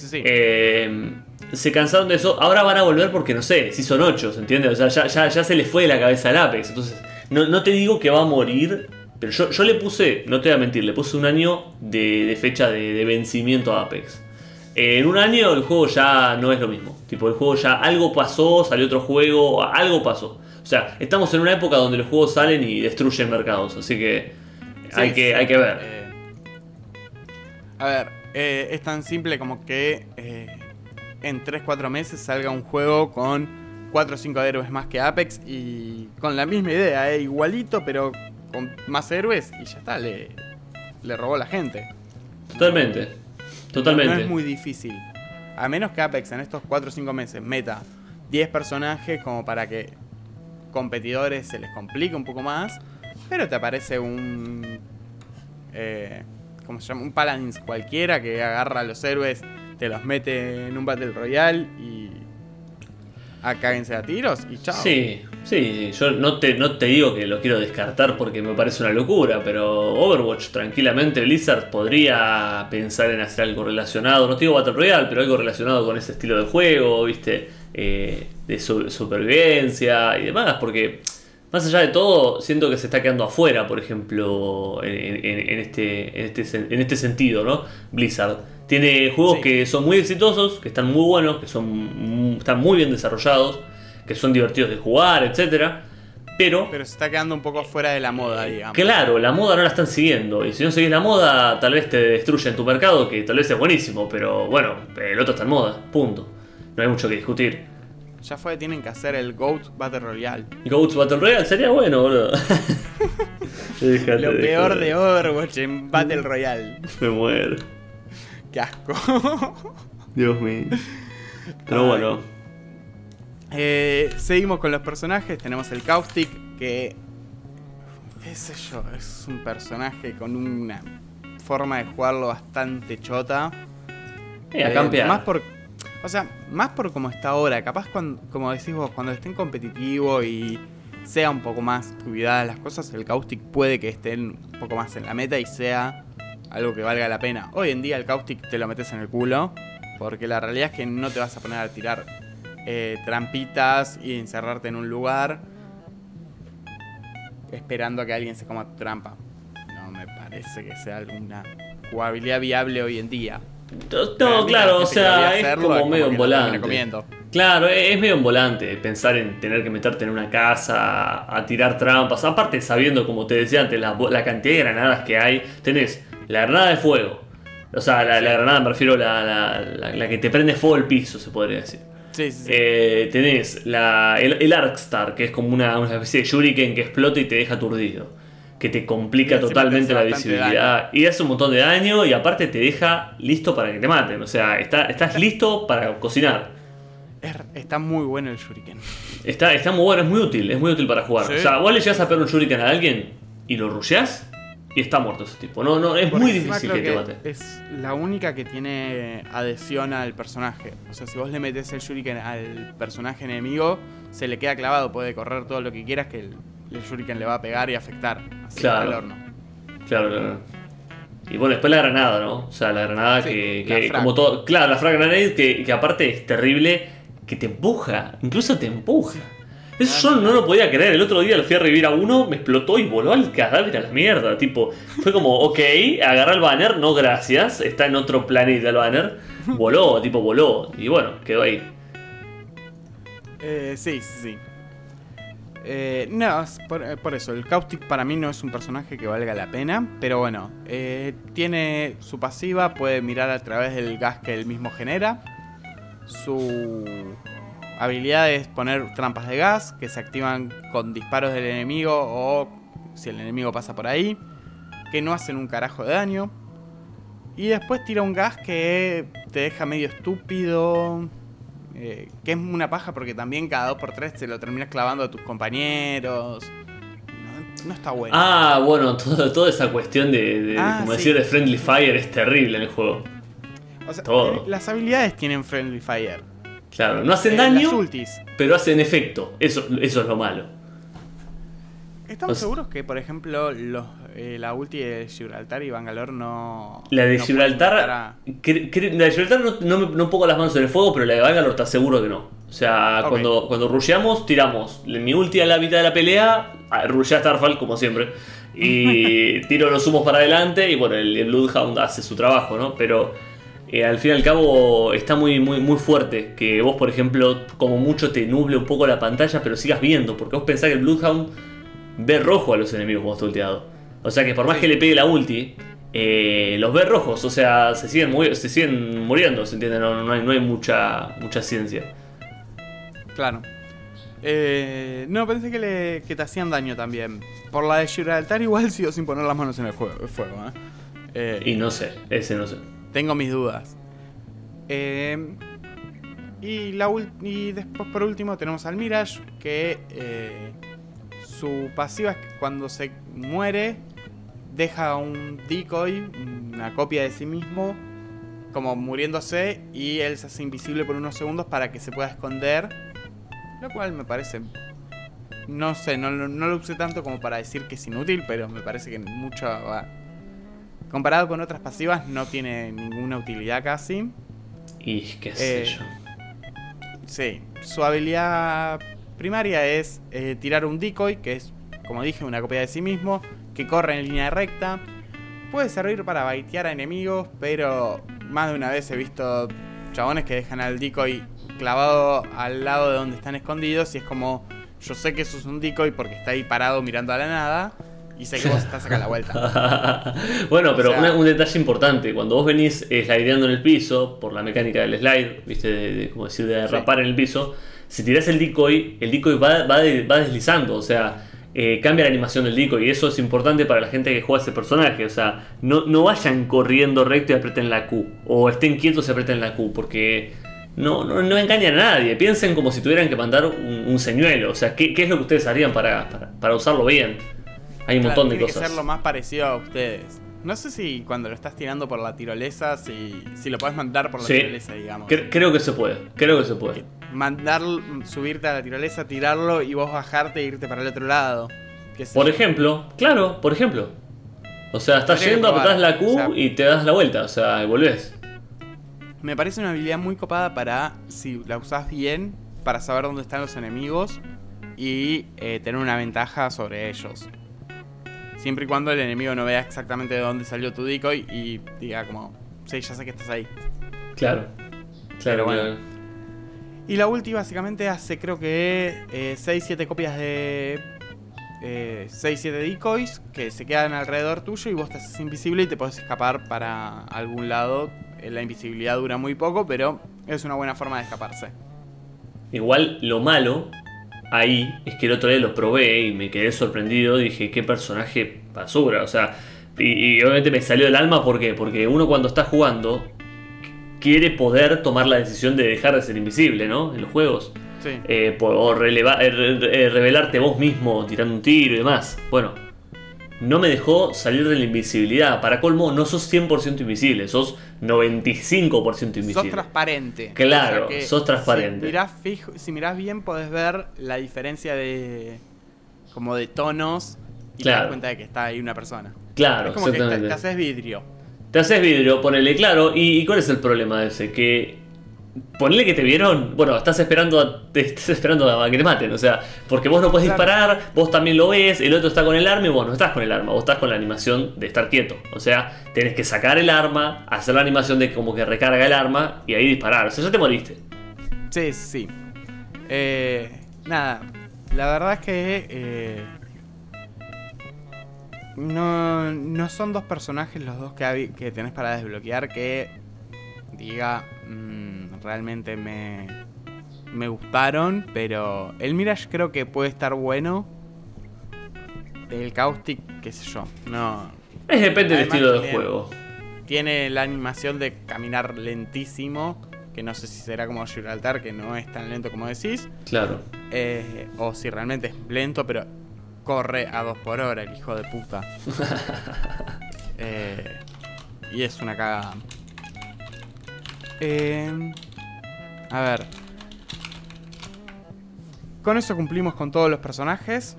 Se cansaron de eso, ahora van a volver porque no sé, si son 8, ¿se entiende? O sea, ya se les fue de la cabeza al Apex. Entonces, no te digo que va a morir, pero yo le puse, no te voy a mentir, le puse 1 año de fecha de vencimiento a Apex. En 1 año el juego ya no es lo mismo. Tipo, el juego ya algo pasó, salió otro juego, algo pasó. O sea, estamos en una época donde los juegos salen y destruyen mercados, así que hay que ver. A ver, es tan simple como que en 3-4 meses salga un juego con 4 o 5 héroes más que Apex y con la misma idea, igualito, pero con más héroes y ya está, le robó la gente. Totalmente. No es muy difícil. A menos que Apex en estos 4 o 5 meses meta 10 personajes como para que competidores se les complique un poco más, pero te aparece un... ¿cómo se llama? Un Paladins cualquiera que agarra a los héroes, te los mete en un Battle Royale y cáguense a tiros y chao. Sí, yo no te digo que lo quiero descartar porque me parece una locura, pero Overwatch tranquilamente Blizzard podría pensar en hacer algo relacionado, no te digo Battle Royale, pero algo relacionado con ese estilo de juego, ¿viste? De supervivencia y demás, porque más allá de todo, siento que se está quedando afuera, por ejemplo, en este sentido, ¿no? Blizzard tiene juegos que son muy exitosos, que están muy buenos, que están muy bien desarrollados, que son divertidos de jugar, etcétera, Pero se está quedando un poco fuera de la moda, digamos. Claro, la moda no la están siguiendo. Y si no seguís la moda, tal vez te destruyen tu mercado, que tal vez es buenísimo. Pero bueno, el otro está en moda, punto. No hay mucho que discutir. Ya fue, tienen que hacer el GOAT Battle Royale. GOAT Battle Royale sería bueno, boludo. Lo peor de Overwatch en Battle Royale. Me muero. Qué asco. Dios mío. Pero bueno. Seguimos con los personajes. Tenemos el Caustic, que... qué sé yo, es un personaje con una forma de jugarlo bastante chota. A campear. Más por cómo está ahora. Capaz, como decís vos, cuando esté en competitivo y sea un poco más cuidadas las cosas, el Caustic puede que esté un poco más en la meta y sea algo que valga la pena. Hoy en día el Caustic te lo metes en el culo, porque la realidad es que no te vas a poner a tirar trampitas y encerrarte en un lugar esperando a que alguien se coma tu trampa. No me parece que sea alguna jugabilidad viable hoy en día. No, claro, o sea, es como medio en volante. Claro, es medio en volante pensar en tener que meterte en una casa a tirar trampas. Aparte, sabiendo, como te decía antes, la cantidad de granadas que hay. Tenés la granada de fuego. O sea, la granada, me refiero a la que te prende fuego el piso, se podría decir. Sí. Tenés el Arcstar, que es como una especie de shuriken que explota y te deja aturdido. Que te complica totalmente la visibilidad. Y hace un montón de daño y aparte te deja listo para que te maten. O sea, estás listo para cocinar. Está muy bueno el shuriken. Está muy bueno, es muy útil para jugar. Sí. O sea, vos le llegas a pegar un shuriken a alguien y lo rusheás y está muerto ese tipo. No, es muy difícil que te mate. Es la única que tiene adhesión al personaje. O sea, si vos le metés el shuriken al personaje enemigo, se le queda clavado. Puede correr todo lo que quieras que el shuriken le va a pegar y afectar. Así claro. Al horno. Claro. Y bueno, después la granada, ¿no? O sea, la granada sí, que como todo. Claro, la frag grenade que aparte es terrible, que te empuja. Incluso te empuja. Eso yo no lo podía creer. El otro día lo fui a revivir a uno, me explotó y voló al cadáver a la mierda. Tipo, fue como, ok, agarra el banner, no gracias. Está en otro planeta el banner. Voló. Y bueno, quedó ahí. Sí. No, por eso, el Caustic para mí no es un personaje que valga la pena, pero bueno, tiene su pasiva, puede mirar a través del gas que él mismo genera. Su habilidad es poner trampas de gas que se activan con disparos del enemigo o si el enemigo pasa por ahí, que no hacen un carajo de daño. Y después tira un gas que te deja medio estúpido. Que es una paja porque también cada 2x3 te lo terminas clavando a tus compañeros. No está bueno. Bueno, toda esa cuestión de como sí. Decir de Friendly Fire es terrible en el juego. O sea, las habilidades tienen Friendly Fire. Claro, no hacen daño, las ultis, pero hacen efecto. Eso es lo malo. ¿Estamos seguros que, por ejemplo, la ulti de Gibraltar y Bangalore no... La de Gibraltar... La de Gibraltar no pongo las manos en el fuego, pero la de Bangalore está seguro que no. O sea, okay. Cuando rusheamos, tiramos mi ulti a la mitad de la pelea, rushea Starfall, como siempre, y tiro los humos para adelante, y bueno, el Bloodhound hace su trabajo, ¿no? Pero al fin y al cabo está muy, muy, muy fuerte que vos, por ejemplo, como mucho te nuble un poco la pantalla, pero sigas viendo, porque vos pensás que el Bloodhound ve rojo a los enemigos cuando está ulteado. O sea que por más que le pegue la ulti, los ve rojos. O sea, se siguen muriendo, ¿se entiende? No hay mucha ciencia. Claro. No, pensé que te hacían daño también. Por la de Gibraltar igual sigo sin poner las manos en el fuego, y no sé, ese no sé. Tengo mis dudas. Y después por último tenemos al Mirage, que... su pasiva es que cuando se muere deja un decoy, una copia de sí mismo, como muriéndose, y él se hace invisible por unos segundos para que se pueda esconder, lo cual me parece, no sé, no lo usé tanto como para decir que es inútil, pero me parece que mucho comparado con otras pasivas no tiene ninguna utilidad casi. Y qué sé yo. Sí, su habilidad primaria es tirar un decoy, que es, como dije, una copia de sí mismo, que corre en línea recta. Puede servir para baitear a enemigos, pero más de una vez he visto chabones que dejan al decoy clavado al lado de donde están escondidos y es como, yo sé que eso es un decoy porque está ahí parado mirando a la nada y sé que vos estás acá a la vuelta. Bueno, pero un detalle importante, cuando vos venís slideando en el piso, por la mecánica del slide, ¿viste? Como decir, de derrapar en el piso, si tirás el decoy va deslizando, o sea, cambia la animación del decoy y eso es importante para la gente que juega ese personaje, o sea, no vayan corriendo recto y aprieten la Q, o estén quietos y aprieten la Q, porque no engañan a nadie, piensen como si tuvieran que mandar un señuelo, o sea, ¿qué es lo que ustedes harían para usarlo bien? Hay un montón de cosas. Tiene que ser lo más parecido a ustedes. No sé si cuando lo estás tirando por la tirolesa, si lo podés mandar por la tirolesa, digamos. Creo que se puede. Subirte a la tirolesa, tirarlo y vos bajarte e irte para el otro lado. Por ejemplo. O sea, estás yendo, apretás la Q y te das la vuelta, o sea, y volvés. Me parece una habilidad muy copada para, si la usás bien, para saber dónde están los enemigos y tener una ventaja sobre ellos. Siempre y cuando el enemigo no vea exactamente de dónde salió tu decoy y diga como, sí, ya sé que estás ahí. Claro. Bueno. Y la ulti básicamente hace creo que 6-7 copias de 6-7 decoys que se quedan alrededor tuyo y vos te haces invisible y te podés escapar para algún lado. La invisibilidad dura muy poco, pero es una buena forma de escaparse. Igual lo malo ahí es que el otro día lo probé y me quedé sorprendido. Dije, qué personaje basura. O sea, y obviamente me salió del alma. ¿Por qué? Porque uno cuando está jugando quiere poder tomar la decisión de dejar de ser invisible, ¿no? En los juegos. Sí. O revelarte vos mismo tirando un tiro y demás. Bueno, no me dejó salir de la invisibilidad. Para colmo, no sos 100% invisible, sos 95% invisible. Sos transparente. Claro, o sea sos transparente. Si mirás bien, podés ver la diferencia de tonos y te das cuenta de que está ahí una persona. Claro, es como que te haces vidrio. Te haces vidrio, ponele, claro. ¿Y cuál es el problema de ese? Que ponele que te vieron, bueno, estás esperando a que te maten, o sea, porque vos no podés disparar, vos también lo ves, el otro está con el arma y vos no estás con el arma, vos estás con la animación de estar quieto, o sea, tenés que sacar el arma, hacer la animación de como que recarga el arma y ahí disparar, o sea, ya te moriste. Sí. Nada, la verdad es que no son dos personajes los dos que tenés para desbloquear que diga realmente me gustaron, pero el Mirage creo que puede estar bueno. El Caustic, qué sé yo, no. Depende del estilo del juego. Tiene la animación de caminar lentísimo, que no sé si será como Gibraltar, que no es tan lento como decís. Claro. O si realmente es lento, pero corre a 2 por hora, el hijo de puta. Y es una cagada. A ver. Con eso cumplimos con todos los personajes.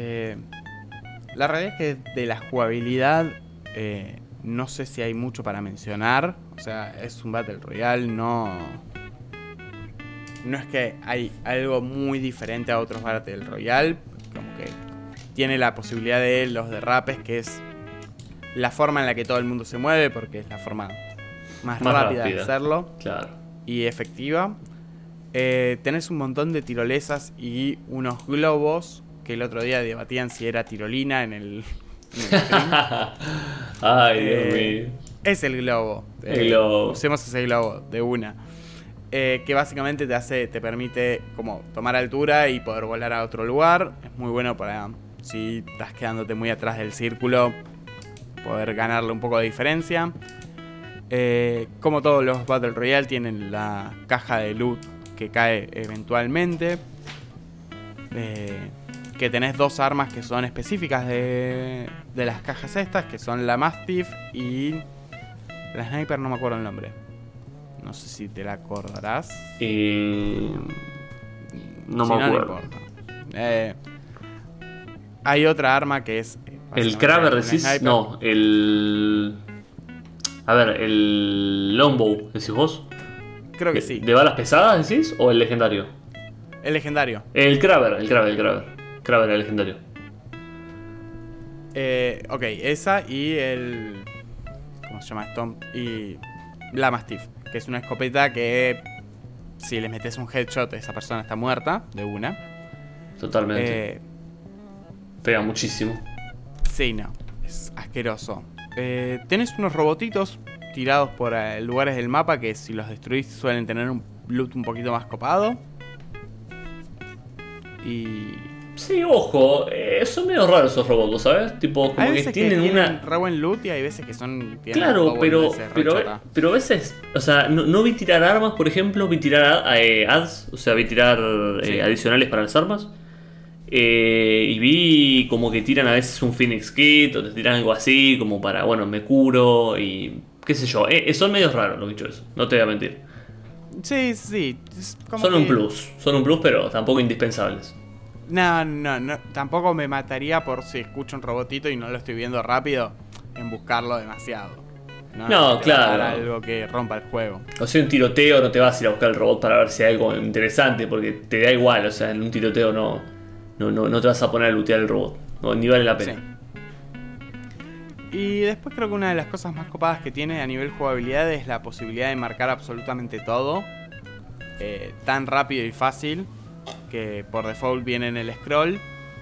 La realidad es que de la jugabilidad no sé si hay mucho para mencionar. O sea, es un Battle Royale, no es que hay algo muy diferente a otros Battle Royale. Como que tiene la posibilidad de los derrapes, que es la forma en la que todo el mundo se mueve, porque es la forma más rápida de hacerlo. Claro. Y efectiva. Tenés un montón de tirolesas y unos globos que el otro día debatían si era tirolina en el stream. Ay, Dios mío. Es el globo. Usemos ese globo de una. Que básicamente te permite como tomar altura y poder volar a otro lugar. Es muy bueno para si estás quedándote muy atrás del círculo, poder ganarle un poco de diferencia. Como todos los Battle Royale, tienen la caja de loot que cae eventualmente. Que tenés 2 armas que son específicas de las cajas estas, que son la Mastiff y la Sniper, no me acuerdo el nombre. No sé si te la acordarás. No me acuerdo. No importa. Hay otra arma que es... ¿El Kraber decís? No, A ver, el Longbow, ¿decís vos? Creo que sí. ¿De balas pesadas decís? ¿O el legendario? El legendario. El Kraber, Kraber, el legendario. Ok, esa y el... ¿Cómo se llama esto? Y la Mastiff, que es una escopeta que si le metes un headshot esa persona está muerta de una. Totalmente. Pega muchísimo. Sí, no. Es asqueroso. Tenés unos robotitos tirados por lugares del mapa que si los destruís suelen tener un loot un poquito más copado. Y... Sí, ojo, son medio raros esos robots, ¿sabes? Tipo, como que tienen una... re buen loot y hay veces que son... Claro, pero a veces... O sea, no vi tirar armas, por ejemplo, vi tirar ads, o sea, vi tirar adicionales para las armas. Y vi como que tiran a veces un Phoenix Kit o te tiran algo así, como para, bueno, me curo y qué sé yo. Son medios raros los bichos, no te voy a mentir. Sí. Son un plus, pero tampoco indispensables. No, tampoco me mataría por si escucho un robotito y no lo estoy viendo rápido en buscarlo demasiado. No, claro. Algo que rompa el juego. O sea, un tiroteo no te vas a ir a buscar el robot para ver si hay algo interesante, porque te da igual, o sea, en un tiroteo no te vas a poner a lootear el robot, ni vale la pena. Sí. Y después creo que una de las cosas más copadas que tiene a nivel jugabilidad es la posibilidad de marcar absolutamente todo tan rápido y fácil que por default viene en el scroll,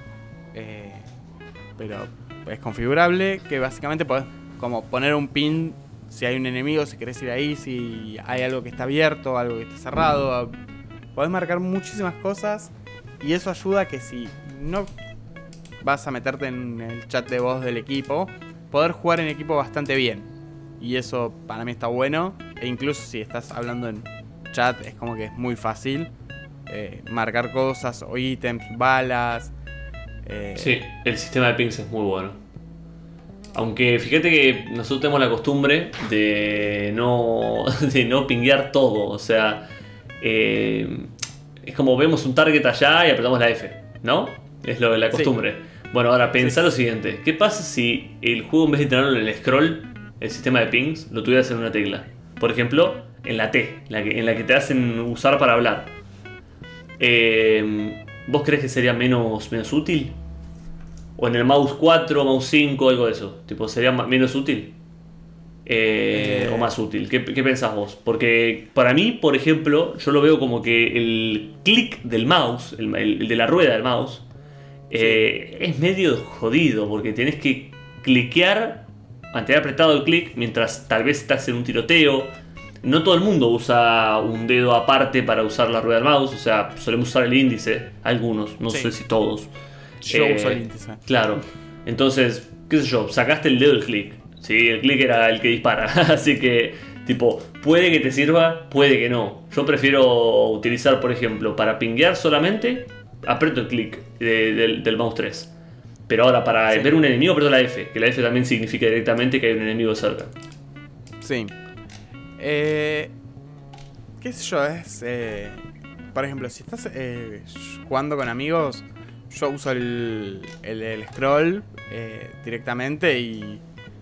pero es configurable, que básicamente podés como poner un pin si hay un enemigo, si querés ir ahí, si hay algo que está abierto, algo que está cerrado. Podés marcar muchísimas cosas y eso ayuda a que si no vas a meterte en el chat de voz del equipo, poder jugar en equipo bastante bien. Y eso para mí está bueno. E incluso si estás hablando en chat es como que es muy fácil marcar cosas o ítems, balas. Sí, el sistema de pings es muy bueno. Aunque fíjate que nosotros tenemos la costumbre de no pinguear todo. O sea, es como vemos un target allá y apretamos la F, ¿no? Es lo de la costumbre. Sí. Bueno, ahora pensá lo siguiente. ¿Qué pasa si el juego en vez de tenerlo en el scroll, el sistema de pings, lo tuvieras en una tecla? Por ejemplo, en la T, en la que te hacen usar para hablar. ¿Vos crees que sería menos útil? ¿O en el mouse 4, mouse 5, algo de eso? Tipo, ¿sería menos útil? ¿O más útil? ¿Qué pensás vos? Porque para mí, por ejemplo, yo lo veo como que el clic del mouse, el de la rueda del mouse, es medio jodido, porque tenés que cliquear, mantener apretado el clic mientras tal vez estás en un tiroteo. No todo el mundo usa un dedo aparte para usar la rueda del mouse, o sea, solemos usar el índice, algunos, no sé si todos. Yo uso el índice. Claro, entonces, qué sé yo, sacaste el dedo del clic, ¿sí? El clic era el que dispara, así que, tipo, puede que te sirva, puede que no. Yo prefiero utilizar, por ejemplo, para pinguear solamente, aprieto el clic del mouse 3. Pero ahora, para ver un enemigo, aprieto la F, que la F también significa directamente que hay un enemigo cerca. Sí. Qué sé yo, por ejemplo, si estás jugando con amigos, yo uso el scroll directamente y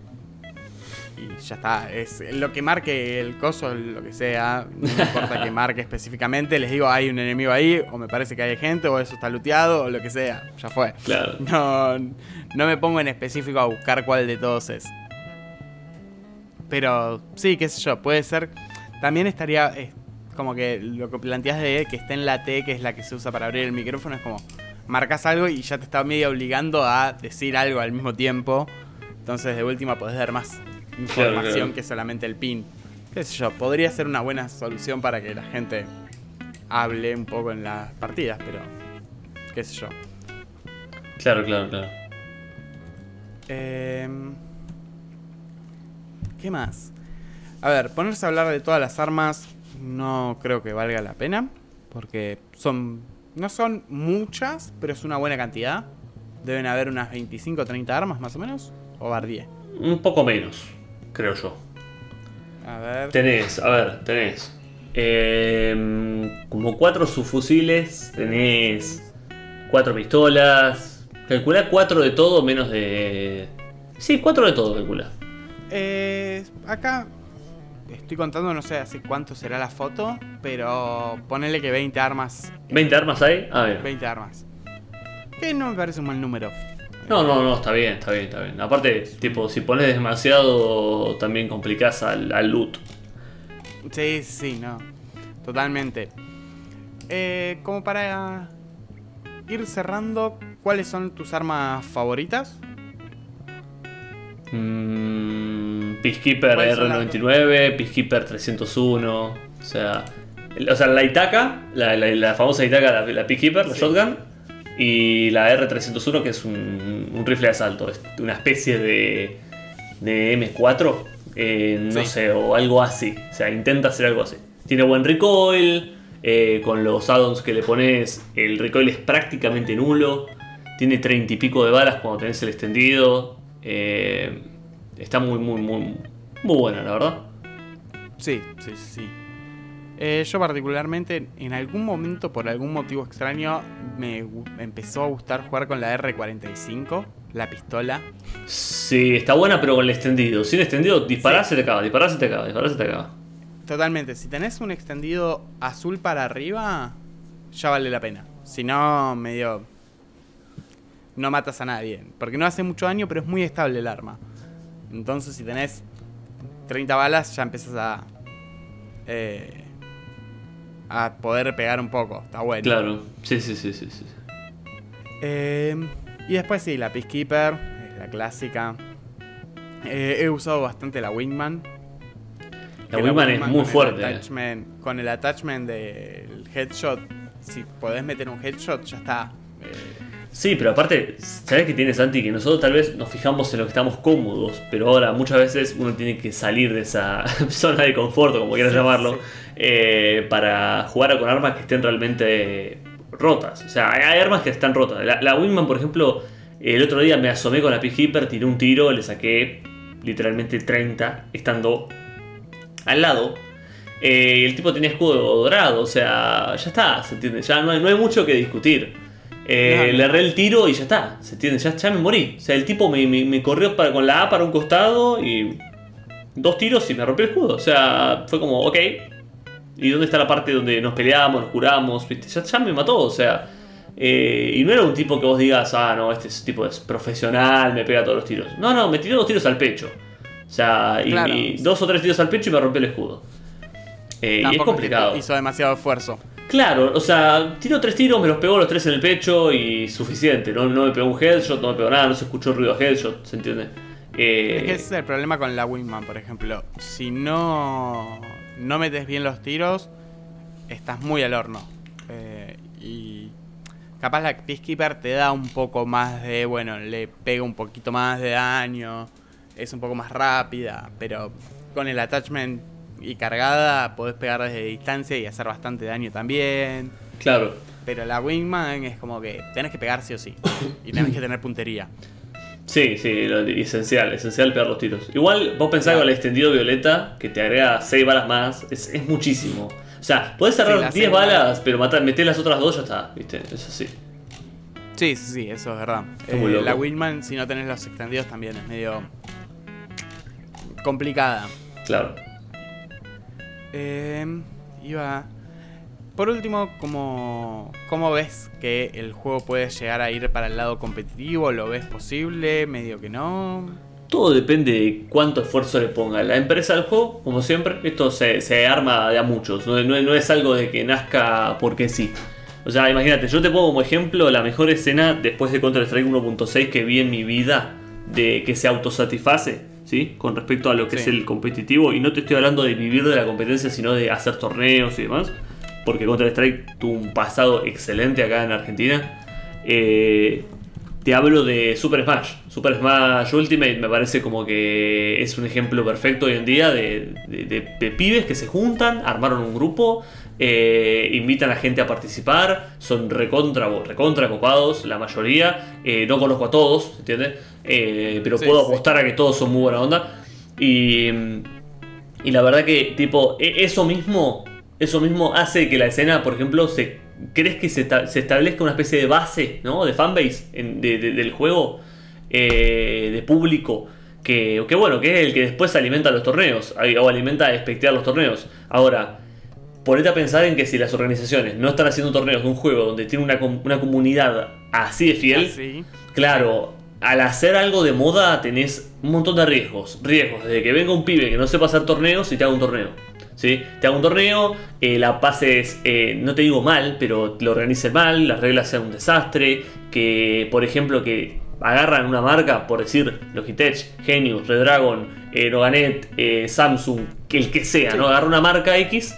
ya está. Es lo que marque el coso, lo que sea, no importa que marque específicamente, les digo hay un enemigo ahí, o me parece que hay gente, o eso está looteado, o lo que sea, ya fue. Claro. No me pongo en específico a buscar cuál de todos es. Pero sí, qué sé yo, puede ser. También estaría como que lo que planteas de que esté en la T, que es la que se usa para abrir el micrófono, es como marcas algo y ya te está medio obligando a decir algo al mismo tiempo. Entonces de última podés dar más información que solamente el pin. Qué sé yo, podría ser una buena solución para que la gente hable un poco en las partidas, pero qué sé yo. Claro. ¿Qué más? A ver, ponerse a hablar de todas las armas no creo que valga la pena, porque no son muchas, pero es una buena cantidad. Deben haber unas 25 o 30 armas más o menos, o bar 10. Un poco menos, creo yo. A ver. Tenés como 4 subfusiles, tenés 4 pistolas. Calculá 4 de todo menos de... Sí, 4 de todo calculá. Acá estoy contando, no sé hace cuánto será la foto, pero ponele que 20 armas. ¿20 armas hay? A ver. 20 armas. Que no me parece un mal número. No, está bien. Aparte, tipo, si pones demasiado, también complicás al loot. Sí, no. Totalmente. Como para ir cerrando, ¿cuáles son tus armas favoritas? Peacekeeper R99, Peacekeeper 301, o sea la Itaka, la famosa Itaka, la Peacekeeper, la shotgun, y la R301 que es un rifle de asalto, es una especie de M4, no sé, o algo así, o sea, intenta hacer algo así. Tiene buen recoil, con los add-ons que le pones, el recoil es prácticamente nulo, tiene 30 y pico de balas cuando tenés el extendido. Está muy buena, la verdad. Sí. Yo particularmente, en algún momento, por algún motivo extraño, me empezó a gustar jugar con la R45, la pistola. Sí, está buena, pero con el extendido. Sin extendido, disparás, se te acaba, disparás, se te acaba. Totalmente, si tenés un extendido azul para arriba, ya vale la pena. Si no, medio... no matas a nadie. Porque no hace mucho daño, pero es muy estable el arma. Entonces, si tenés 30 balas, ya empezás a poder pegar un poco. Está bueno. Claro, sí. Y después sí, la Peacekeeper, es la clásica. He usado bastante la Wingman. La Wingman es muy fuerte. Con el attachment del headshot, si podés meter un headshot, ya está. Sí, pero aparte, ¿sabés qué tiene, Santi? Que nosotros tal vez nos fijamos en lo que estamos cómodos, pero ahora muchas veces uno tiene que salir de esa zona de confort, como quieras llamarlo, para jugar con armas que estén realmente rotas. O sea, hay armas que están rotas. La Wingman, por ejemplo, el otro día me asomé con la Peacekeeper, tiré un tiro, le saqué literalmente 30, estando al lado. El tipo tenía escudo dorado, o sea, ya está, ¿se entiende? Ya no hay mucho que discutir. Le erré el tiro y ya está, ¿se entiende? Ya me morí. O sea, el tipo me corrió con la A para un costado y 2 tiros y me rompió el escudo. O sea, fue como, ok. ¿Y dónde está la parte donde nos peleamos, nos curamos? ¿Viste? Ya me mató, o sea. Y no era un tipo que vos digas, no, este tipo es profesional, me pega todos los tiros. No, me tiró 2 tiros al pecho. O sea, claro, y 2 o 3 tiros al pecho y me rompió el escudo. Y es complicado. Hizo demasiado esfuerzo. Claro, o sea, tiro 3 tiros, me los pegó los 3 en el pecho y suficiente. No me pegó un headshot, no me pegó nada, no se escuchó ruido de headshot, ¿se entiende? Es que ese es el problema con la Wingman, por ejemplo. Si no metes bien los tiros, estás muy al horno. Y capaz la Peacekeeper te da un poco más de, bueno, le pega un poquito más de daño, es un poco más rápida, pero con el attachment y cargada podés pegar desde distancia y hacer bastante daño también. Claro. Pero la Wingman es como que tenés que pegar sí o sí. Y tenés que tener puntería. Sí, esencial pegar los tiros. Igual vos pensás con el extendido violeta, que te agrega 6 balas más, es muchísimo. O sea, podés cerrar 10 balas, pero metés las otras 2 ya está, ¿viste? Es así. Sí, eso es verdad. La Wingman, si no tenés los extendidos, también es medio complicada. Claro. Por último, ¿cómo ves que el juego puede llegar a ir para el lado competitivo? ¿Lo ves posible? ¿Medio que no? Todo depende de cuánto esfuerzo le ponga la empresa al juego. Como siempre, esto se arma de a muchos. No es algo de que nazca porque sí. O sea, imagínate, yo te pongo como ejemplo la mejor escena después de Counter-Strike 1.6 que vi en mi vida, de que se autosatisface, ¿sí? Con respecto a lo que es el competitivo. Y no te estoy hablando de vivir de la competencia, sino de hacer torneos y demás, porque Counter-Strike tuvo un pasado excelente acá en Argentina. Te hablo de Super Smash Ultimate. Me parece como que es un ejemplo perfecto hoy en día de pibes que se juntan, armaron un grupo, invitan a gente a participar, son recontra copados, la mayoría. No conozco a todos, ¿entiendes? Pero puedo apostar a que todos son muy buena onda. Y la verdad que tipo eso mismo hace que la escena, por ejemplo, ¿crees que se establezca una especie de base, ¿no? De fanbase del juego, de público, que bueno, que es el que después alimenta los torneos, o alimenta a espectear los torneos? Ahora, ponete a pensar en que si las organizaciones no están haciendo torneos de un juego donde tiene una comunidad así de fiel, claro, al hacer algo de moda tenés un montón de riesgos, desde que venga un pibe que no sepa hacer torneos y te haga un torneo. ¿sí? Te haga un torneo, la pases, no te digo mal, pero lo organices mal, las reglas sean un desastre, que por ejemplo que agarran una marca, por decir Logitech, Genius, Redragon, Noganet, Samsung, el que sea, sí, ¿no? Agarra una marca X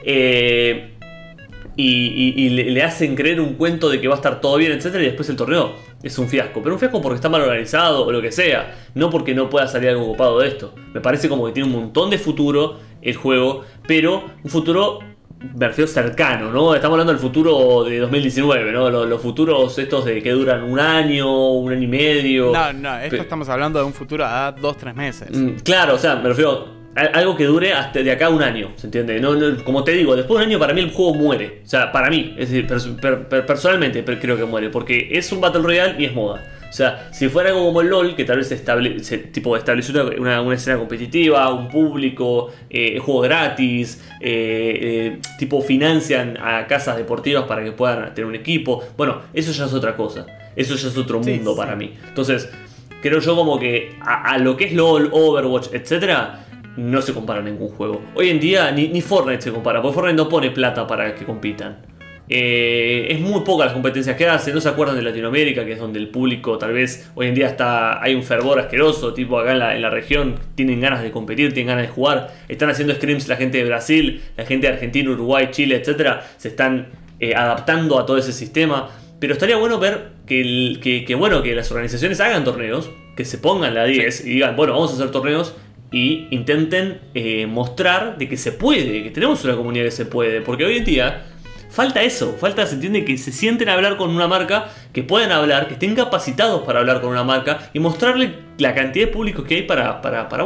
y le hacen creer un cuento de que va a estar todo bien, etcétera, y después el torneo es un fiasco. Pero un fiasco porque está mal organizado o lo que sea, no porque no pueda salir algo copado de esto. Me parece como que tiene un montón de futuro el juego, pero un futuro versión cercano, ¿no? Estamos hablando del futuro de 2019, ¿no? Los futuros estos de que duran un año y medio. No, estamos hablando de un futuro a 2-3 meses. Claro, o sea, me refiero a algo que dure hasta de acá a un año, ¿se entiende? No, como te digo, después de un año para mí el juego muere. O sea, para mí, es decir, personalmente creo que muere, porque es un Battle Royale y es moda. O sea, si fuera algo como el LoL, que tal vez estableció una escena competitiva, un público, juego gratis, tipo financian a casas deportivas para que puedan tener un equipo. Bueno, eso ya es otra cosa. Eso ya es otro mundo para mí. Entonces, creo yo como que a lo que es LoL, Overwatch, etcétera, no se compara ningún juego. Hoy en día ni Fortnite se compara, porque Fortnite no pone plata para que compitan. Es muy poca las competencias que hace. No se acuerdan de Latinoamérica, que es donde el público tal vez hoy en día hay un fervor asqueroso. Tipo acá en la región tienen ganas de competir, tienen ganas de jugar. Están haciendo scrims la gente de Brasil, la gente de Argentina, Uruguay, Chile, etcétera. Se están adaptando a todo ese sistema. Pero estaría bueno ver que las organizaciones hagan torneos, que se pongan la 10 y digan, bueno, vamos a hacer torneos y intenten mostrar de que se puede, que tenemos una comunidad que se puede. Porque hoy en día falta eso, se entiende que se sienten a hablar con una marca, que puedan hablar, que estén capacitados para hablar con una marca y mostrarle la cantidad de públicos que hay para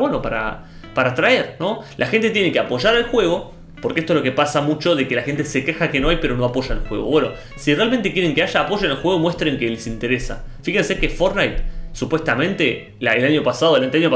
atraer, ¿no? La gente tiene que apoyar el juego, porque esto es lo que pasa mucho, de que la gente se queja que no hay pero no apoya el juego. Bueno, si realmente quieren que haya apoyo en el juego, muestren que les interesa. Fíjense que Fortnite, supuestamente, el anteaño pasado,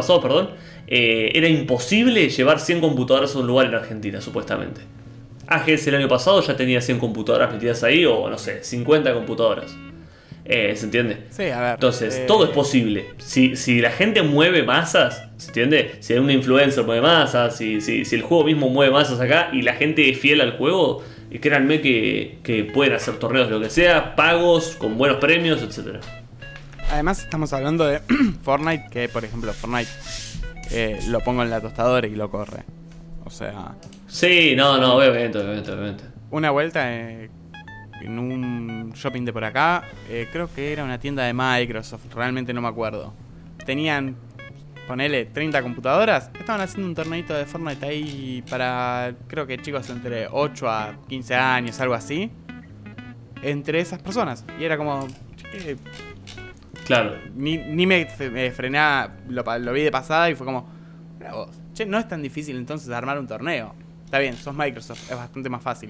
era imposible llevar 100 computadoras a un lugar en Argentina, supuestamente. AGS el año pasado ya tenía 100 computadoras metidas ahí, o no sé, 50 computadoras. ¿Se entiende? Sí, a ver. Entonces, todo es posible. Si la gente mueve masas, ¿se entiende? Si un influencer mueve masas, si el juego mismo mueve masas acá y la gente es fiel al juego, créanme que pueden hacer torneos de lo que sea, pagos, con buenos premios, etc. Además, estamos hablando de Fortnite, que por ejemplo, Fortnite lo pongo en la tostadora y lo corre. O sea... Sí, no, obviamente. Una vuelta en un shopping de por acá, creo que era una tienda de Microsoft, realmente no me acuerdo. Tenían, ponele, 30 computadoras, estaban haciendo un torneito de Fortnite ahí para, creo que chicos entre 8 a 15 años, algo así, entre esas personas. Y era como... Claro. Ni me frenaba, lo vi de pasada y fue como... Vos, no es tan difícil entonces armar un torneo. Está bien, sos Microsoft, es bastante más fácil.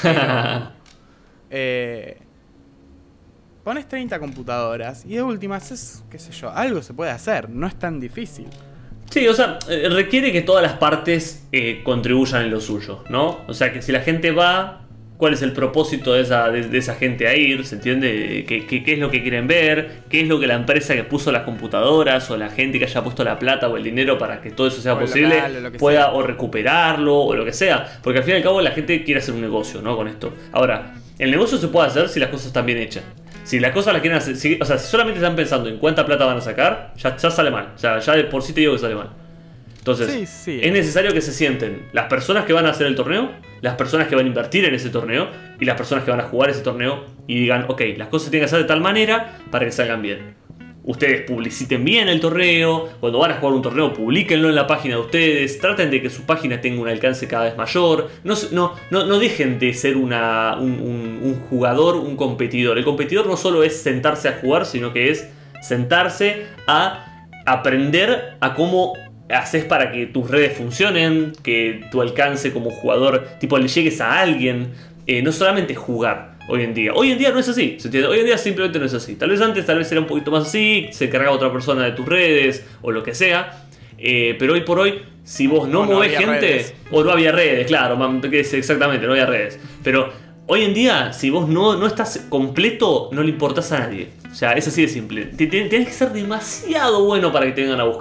Pones 30 computadoras y de últimas, qué sé yo, algo se puede hacer, no es tan difícil. Sí, o sea, requiere que todas las partes contribuyan en lo suyo, ¿no? O sea, que si la gente va, ¿cuál es el propósito de esa gente a ir? ¿Se entiende? ¿Qué es lo que quieren ver? ¿Qué es lo que la empresa que puso las computadoras o la gente que haya puesto la plata o el dinero para que todo eso sea posible pueda o recuperarlo o lo que sea? Porque al fin y al cabo la gente quiere hacer un negocio, ¿no? Con esto. Ahora, el negocio se puede hacer si las cosas están bien hechas. Si las cosas las quieren hacer, si solamente están pensando en cuánta plata van a sacar, ya sale mal. O sea, ya de por sí te digo que sale mal. Entonces, sí. Es necesario que se sienten las personas que van a hacer el torneo, las personas que van a invertir en ese torneo y las personas que van a jugar ese torneo y digan, ok, las cosas tienen que ser de tal manera para que salgan bien. Ustedes publiciten bien el torneo, cuando van a jugar un torneo publíquenlo en la página de ustedes, traten de que su página tenga un alcance cada vez mayor, no dejen de ser un jugador, un competidor. El competidor no solo es sentarse a jugar, sino que es sentarse a aprender a cómo haces para que tus redes funcionen, que tu alcance como jugador, tipo, le llegues a alguien, no solamente jugar. Hoy en día no es así, ¿se entiende? Hoy en día simplemente no es así. Tal vez antes era un poquito más así, se encargaba otra persona de tus redes o lo que sea. Pero hoy por hoy, si vos no movés gente, redes. O no había redes, claro, exactamente, no había redes. Pero hoy en día, si vos no estás completo, no le importás a nadie. O sea, es así de simple. Tienes que ser demasiado bueno para que te vengan a buscar.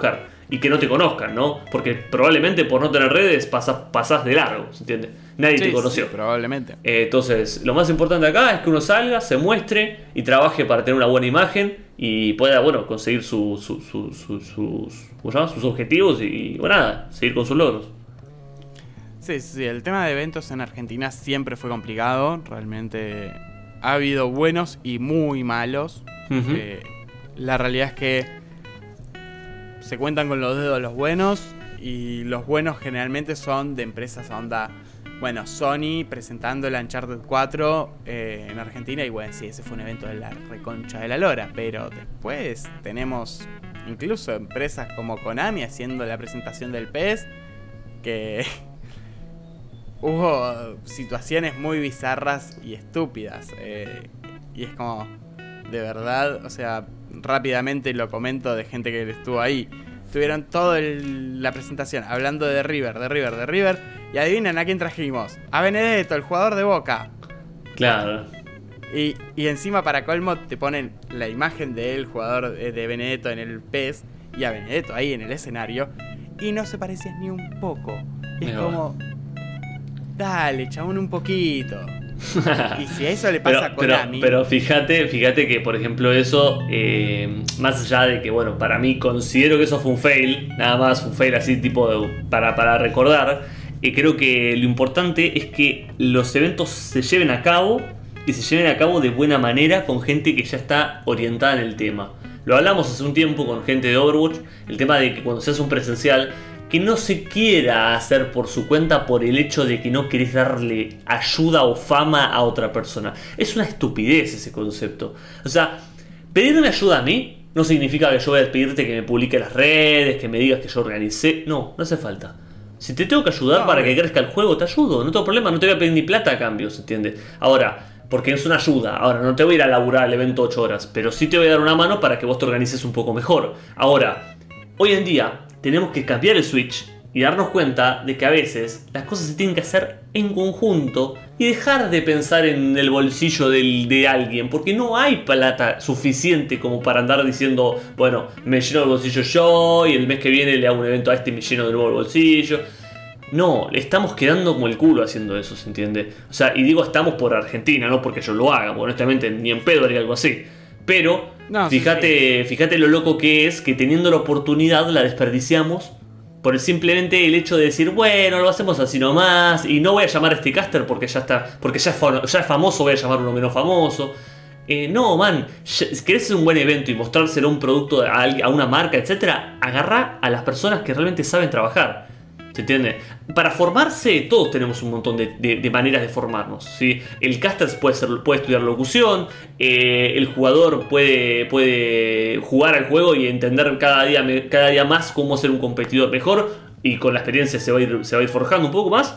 y que no te conozcan, ¿no? Porque probablemente por no tener redes pasás de largo, ¿se entiende? Nadie te conoció. Sí, probablemente. Entonces, lo más importante acá es que uno salga, se muestre y trabaje para tener una buena imagen y pueda, bueno, conseguir sus objetivos y bueno, nada, seguir con sus logros. Sí, el tema de eventos en Argentina siempre fue complicado. Realmente ha habido buenos y muy malos. Uh-huh. La realidad es que se cuentan con los dedos los buenos, y los buenos generalmente son de empresas onda, bueno, Sony presentando el Uncharted 4 en Argentina, y bueno, sí, ese fue un evento de la reconcha de la lora, pero después tenemos incluso empresas como Konami haciendo la presentación del PES, que hubo situaciones muy bizarras y estúpidas, y es como, de verdad, o sea, rápidamente lo comento de gente que estuvo ahí. Tuvieron toda la presentación hablando de River, y adivinen a quién trajimos. A Benedetto, el jugador de Boca. Claro. Y encima, para colmo, te ponen la imagen del jugador de Benedetto en el PES y a Benedetto ahí en el escenario, y no se parecían ni un poco. Y es como, dale, chabón, un poquito. Y si a eso le pasa a Konami... Pero fíjate que, por ejemplo, eso, más allá de que, bueno, para mí considero que eso fue un fail, nada más un fail así tipo para recordar, creo que lo importante es que los eventos se lleven a cabo y se lleven a cabo de buena manera con gente que ya está orientada en el tema. Lo hablamos hace un tiempo con gente de Overwatch, el tema de que cuando se hace un presencial, que no se quiera hacer por su cuenta por el hecho de que no querés darle ayuda o fama a otra persona. Es una estupidez ese concepto. O sea, pedirme ayuda a mí no significa que yo voy a pedirte que me publique las redes, que me digas que yo organicé. No hace falta. Si te tengo que ayudar para que crezca el juego, te ayudo. No tengo problema, no te voy a pedir ni plata a cambio, ¿se entiende? Ahora, porque es una ayuda. Ahora, no te voy a ir a laburar al evento 8 horas, pero sí te voy a dar una mano para que vos te organices un poco mejor. Ahora, hoy en día tenemos que cambiar el switch y darnos cuenta de que a veces las cosas se tienen que hacer en conjunto y dejar de pensar en el bolsillo de alguien, porque no hay plata suficiente como para andar diciendo, bueno, me lleno el bolsillo yo y el mes que viene le hago un evento a este y me lleno de nuevo el bolsillo. No, le estamos quedando como el culo haciendo eso, ¿se entiende? O sea, y digo estamos por Argentina, no porque yo lo haga, porque honestamente ni en pedo haría algo así. Pero no, fíjate lo loco que es que teniendo la oportunidad la desperdiciamos por simplemente el hecho de decir, bueno, lo hacemos así nomás y no voy a llamar a este caster porque ya está, porque ya es famoso, voy a llamar a uno menos famoso. No, man, si querés hacer un buen evento y mostrárselo un producto a una marca, etcétera, agarrá a las personas que realmente saben trabajar. ¿Se entiende? Para formarse, todos tenemos un montón de maneras de formarnos, ¿sí? El caster puede estudiar locución, el jugador puede jugar al juego y entender cada día más cómo ser un competidor mejor, y con la experiencia se va a ir forjando un poco más.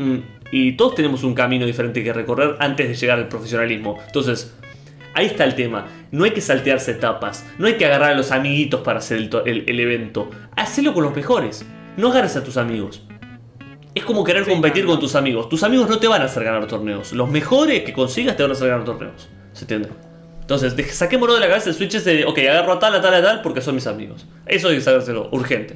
Y todos tenemos un camino diferente que recorrer antes de llegar al profesionalismo. Entonces, ahí está el tema. No hay que saltearse etapas, no hay que agarrar a los amiguitos para hacer el evento. Hacelo con los mejores. No agarres a tus amigos. Es como querer competir con tus amigos. Tus amigos no te van a hacer ganar torneos. Los mejores que consigas te van a hacer ganar torneos. ¿Se entiende? Entonces, saquémonos de la cabeza el switch ese de, ok, agarro a tal porque son mis amigos. Eso hay que sabérselo, urgente.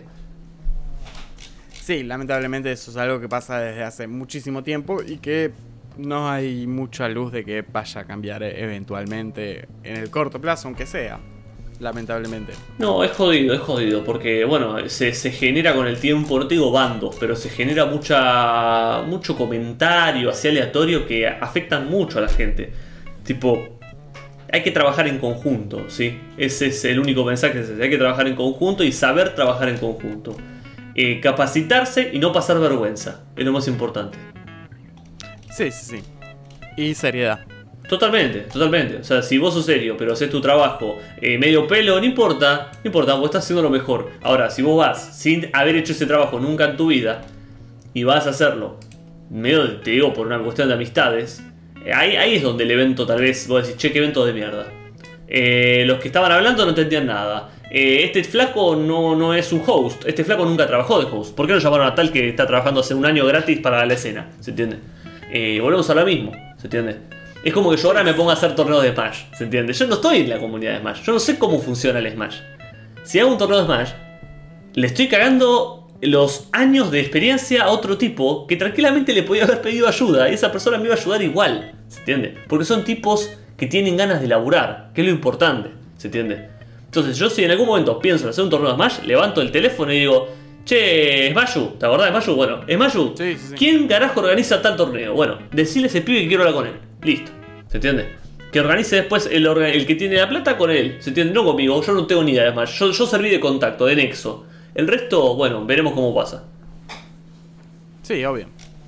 Sí, lamentablemente eso es algo que pasa desde hace muchísimo tiempo y que no hay mucha luz de que vaya a cambiar eventualmente en el corto plazo, aunque sea. Lamentablemente. No, es jodido, porque bueno, se genera con el tiempo, no te digo bandos, pero se genera mucho comentario así aleatorio que afectan mucho a la gente. Tipo, hay que trabajar en conjunto, ¿sí? Ese es el único mensaje, hay que trabajar en conjunto y saber trabajar en conjunto. Capacitarse y no pasar vergüenza, es lo más importante. Sí. Y seriedad. Totalmente. O sea, si vos sos serio, pero haces tu trabajo medio pelo, no importa, vos estás haciendo lo mejor. Ahora, si vos vas sin haber hecho ese trabajo nunca en tu vida y vas a hacerlo medio, te digo, por una cuestión de amistades, ahí es donde el evento tal vez vos decís, che, qué evento de mierda. Los que estaban hablando no entendían nada. Este flaco no es un host, este flaco nunca trabajó de host. ¿Por qué no llamaron a tal que está trabajando hace un año gratis para la escena? ¿Se entiende? Volvemos a lo mismo, ¿se entiende? Es como que yo ahora me ponga a hacer torneos de Smash, ¿se entiende? Yo no estoy en la comunidad de Smash, yo no sé cómo funciona el Smash. Si hago un torneo de Smash, le estoy cagando los años de experiencia a otro tipo que tranquilamente le podía haber pedido ayuda y esa persona me iba a ayudar igual, ¿se entiende? Porque son tipos que tienen ganas de laburar, que es lo importante, ¿se entiende? Entonces yo si en algún momento pienso en hacer un torneo de Smash, levanto el teléfono y digo, che, Smashu, ¿te acordás de Smashu? Bueno, Smashu, sí. ¿quién carajo organiza tal torneo? Bueno, decirle a ese pibe que quiero hablar con él, listo, ¿se entiende? Que organice después el que tiene la plata con él, ¿se entiende? No conmigo, yo no tengo ni idea de Smash, yo serví de contacto, de nexo. El resto, bueno, veremos cómo pasa. Sí, obvio.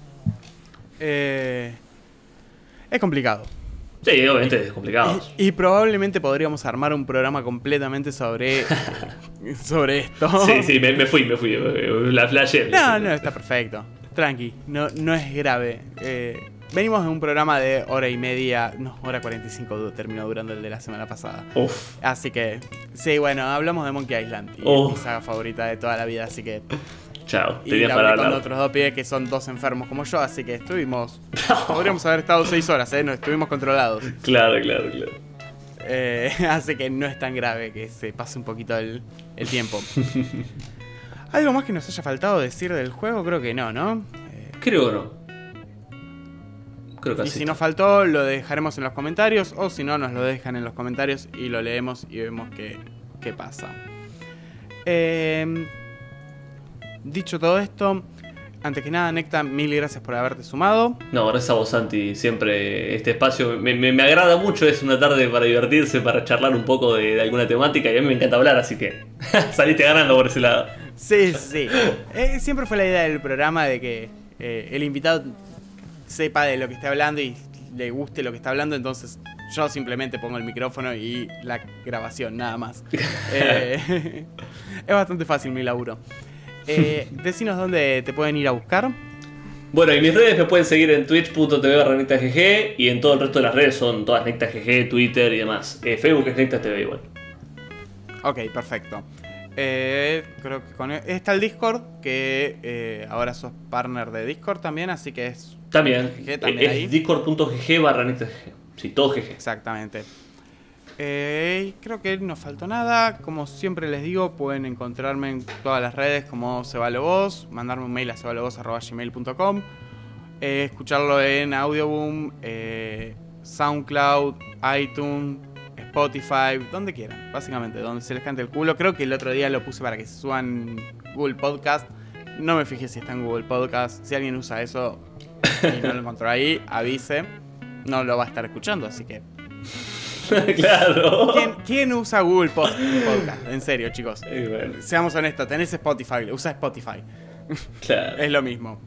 Es complicado. Sí, obviamente es complicado. Y probablemente podríamos armar un programa completamente sobre esto. Sí, me fui. La flashé. No, está perfecto. Tranqui, no es grave. Venimos de un programa de hora y media, no, hora 45 terminó durando el de la semana pasada. Uf. Así que, sí, bueno, hablamos de Monkey Island. Y es mi saga favorita de toda la vida, así que... Chao, y la hablé con otros dos pibes que son dos enfermos como yo, así que estuvimos... Podríamos haber estado 6 horas, no estuvimos controlados. Claro. Así que no es tan grave que se pase un poquito el tiempo. ¿Algo más que nos haya faltado decir del juego? Creo que no. Creo que no. Creo que y si nos faltó, lo dejaremos en los comentarios, o si no, nos lo dejan en los comentarios y lo leemos y vemos qué pasa. Dicho todo esto, antes que nada, Necta, mil gracias por haberte sumado. No, gracias a vos, Santi. Siempre este espacio me agrada mucho. Es una tarde para divertirse, para charlar un poco de alguna temática. Y a mí me encanta hablar, así que saliste ganando por ese lado. Sí. Siempre fue la idea del programa de que el invitado sepa de lo que está hablando y le guste lo que está hablando. Entonces yo simplemente pongo el micrófono y la grabación, nada más. Es bastante fácil mi laburo. Decinos dónde te pueden ir a buscar. Bueno, y mis redes me pueden seguir en twitch.tv/NectaGG y en todo el resto de las redes son todas NectaGG, Twitter y demás. Facebook es NectaTV igual. Ok, perfecto. Creo que está el Discord, que ahora sos partner de Discord también, así que es... También ahí. Es discord.gg/NectaGG. Sí, todo GG. Exactamente. Creo que no faltó nada. Como siempre les digo, pueden encontrarme en todas las redes como Cebalobos, mandarme un mail a cebalobos@gmail.com, escucharlo en Audioboom, SoundCloud, iTunes, Spotify, donde quieran, básicamente, donde se les cante el culo. Creo que el otro día lo puse para que se suban Google Podcast. No me fijé si está en Google Podcast. Si alguien usa eso y no lo encontró ahí, avise. No lo va a estar escuchando, así que... Claro. ¿Quién usa Google Podcast? En serio, chicos. Bueno. Seamos honestos, tenés Spotify, usa Spotify. Claro. Es lo mismo.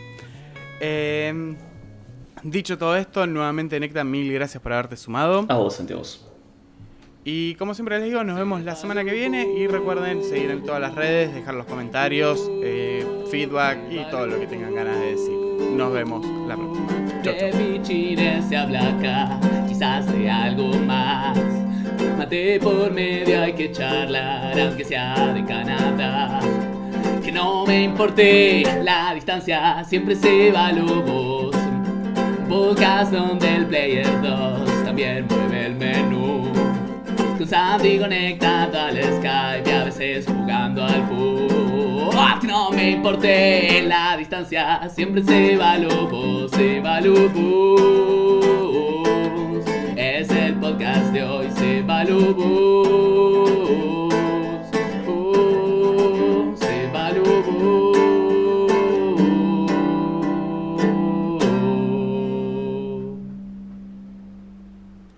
Dicho todo esto, nuevamente, Necta, mil gracias por haberte sumado. A vos, Santiago. Y como siempre les digo, nos vemos la semana que viene. Y recuerden seguir en todas las redes, dejar los comentarios, feedback y todo lo que tengan ganas de decir. Nos vemos la próxima. Chau, chau. De bichines se habla acá, quizás de algo más. Mate por medio hay que charlar, aunque sea de Canadá. Que no me importe la distancia, siempre se va Lobos. Podcast donde el Player 2 también mueve el menú. Con Santi conectado al Skype y a veces jugando al pool. Que no me importe la distancia, siempre se va Lobos, se va Lobos. Es el podcast de hoy, se va Lobos.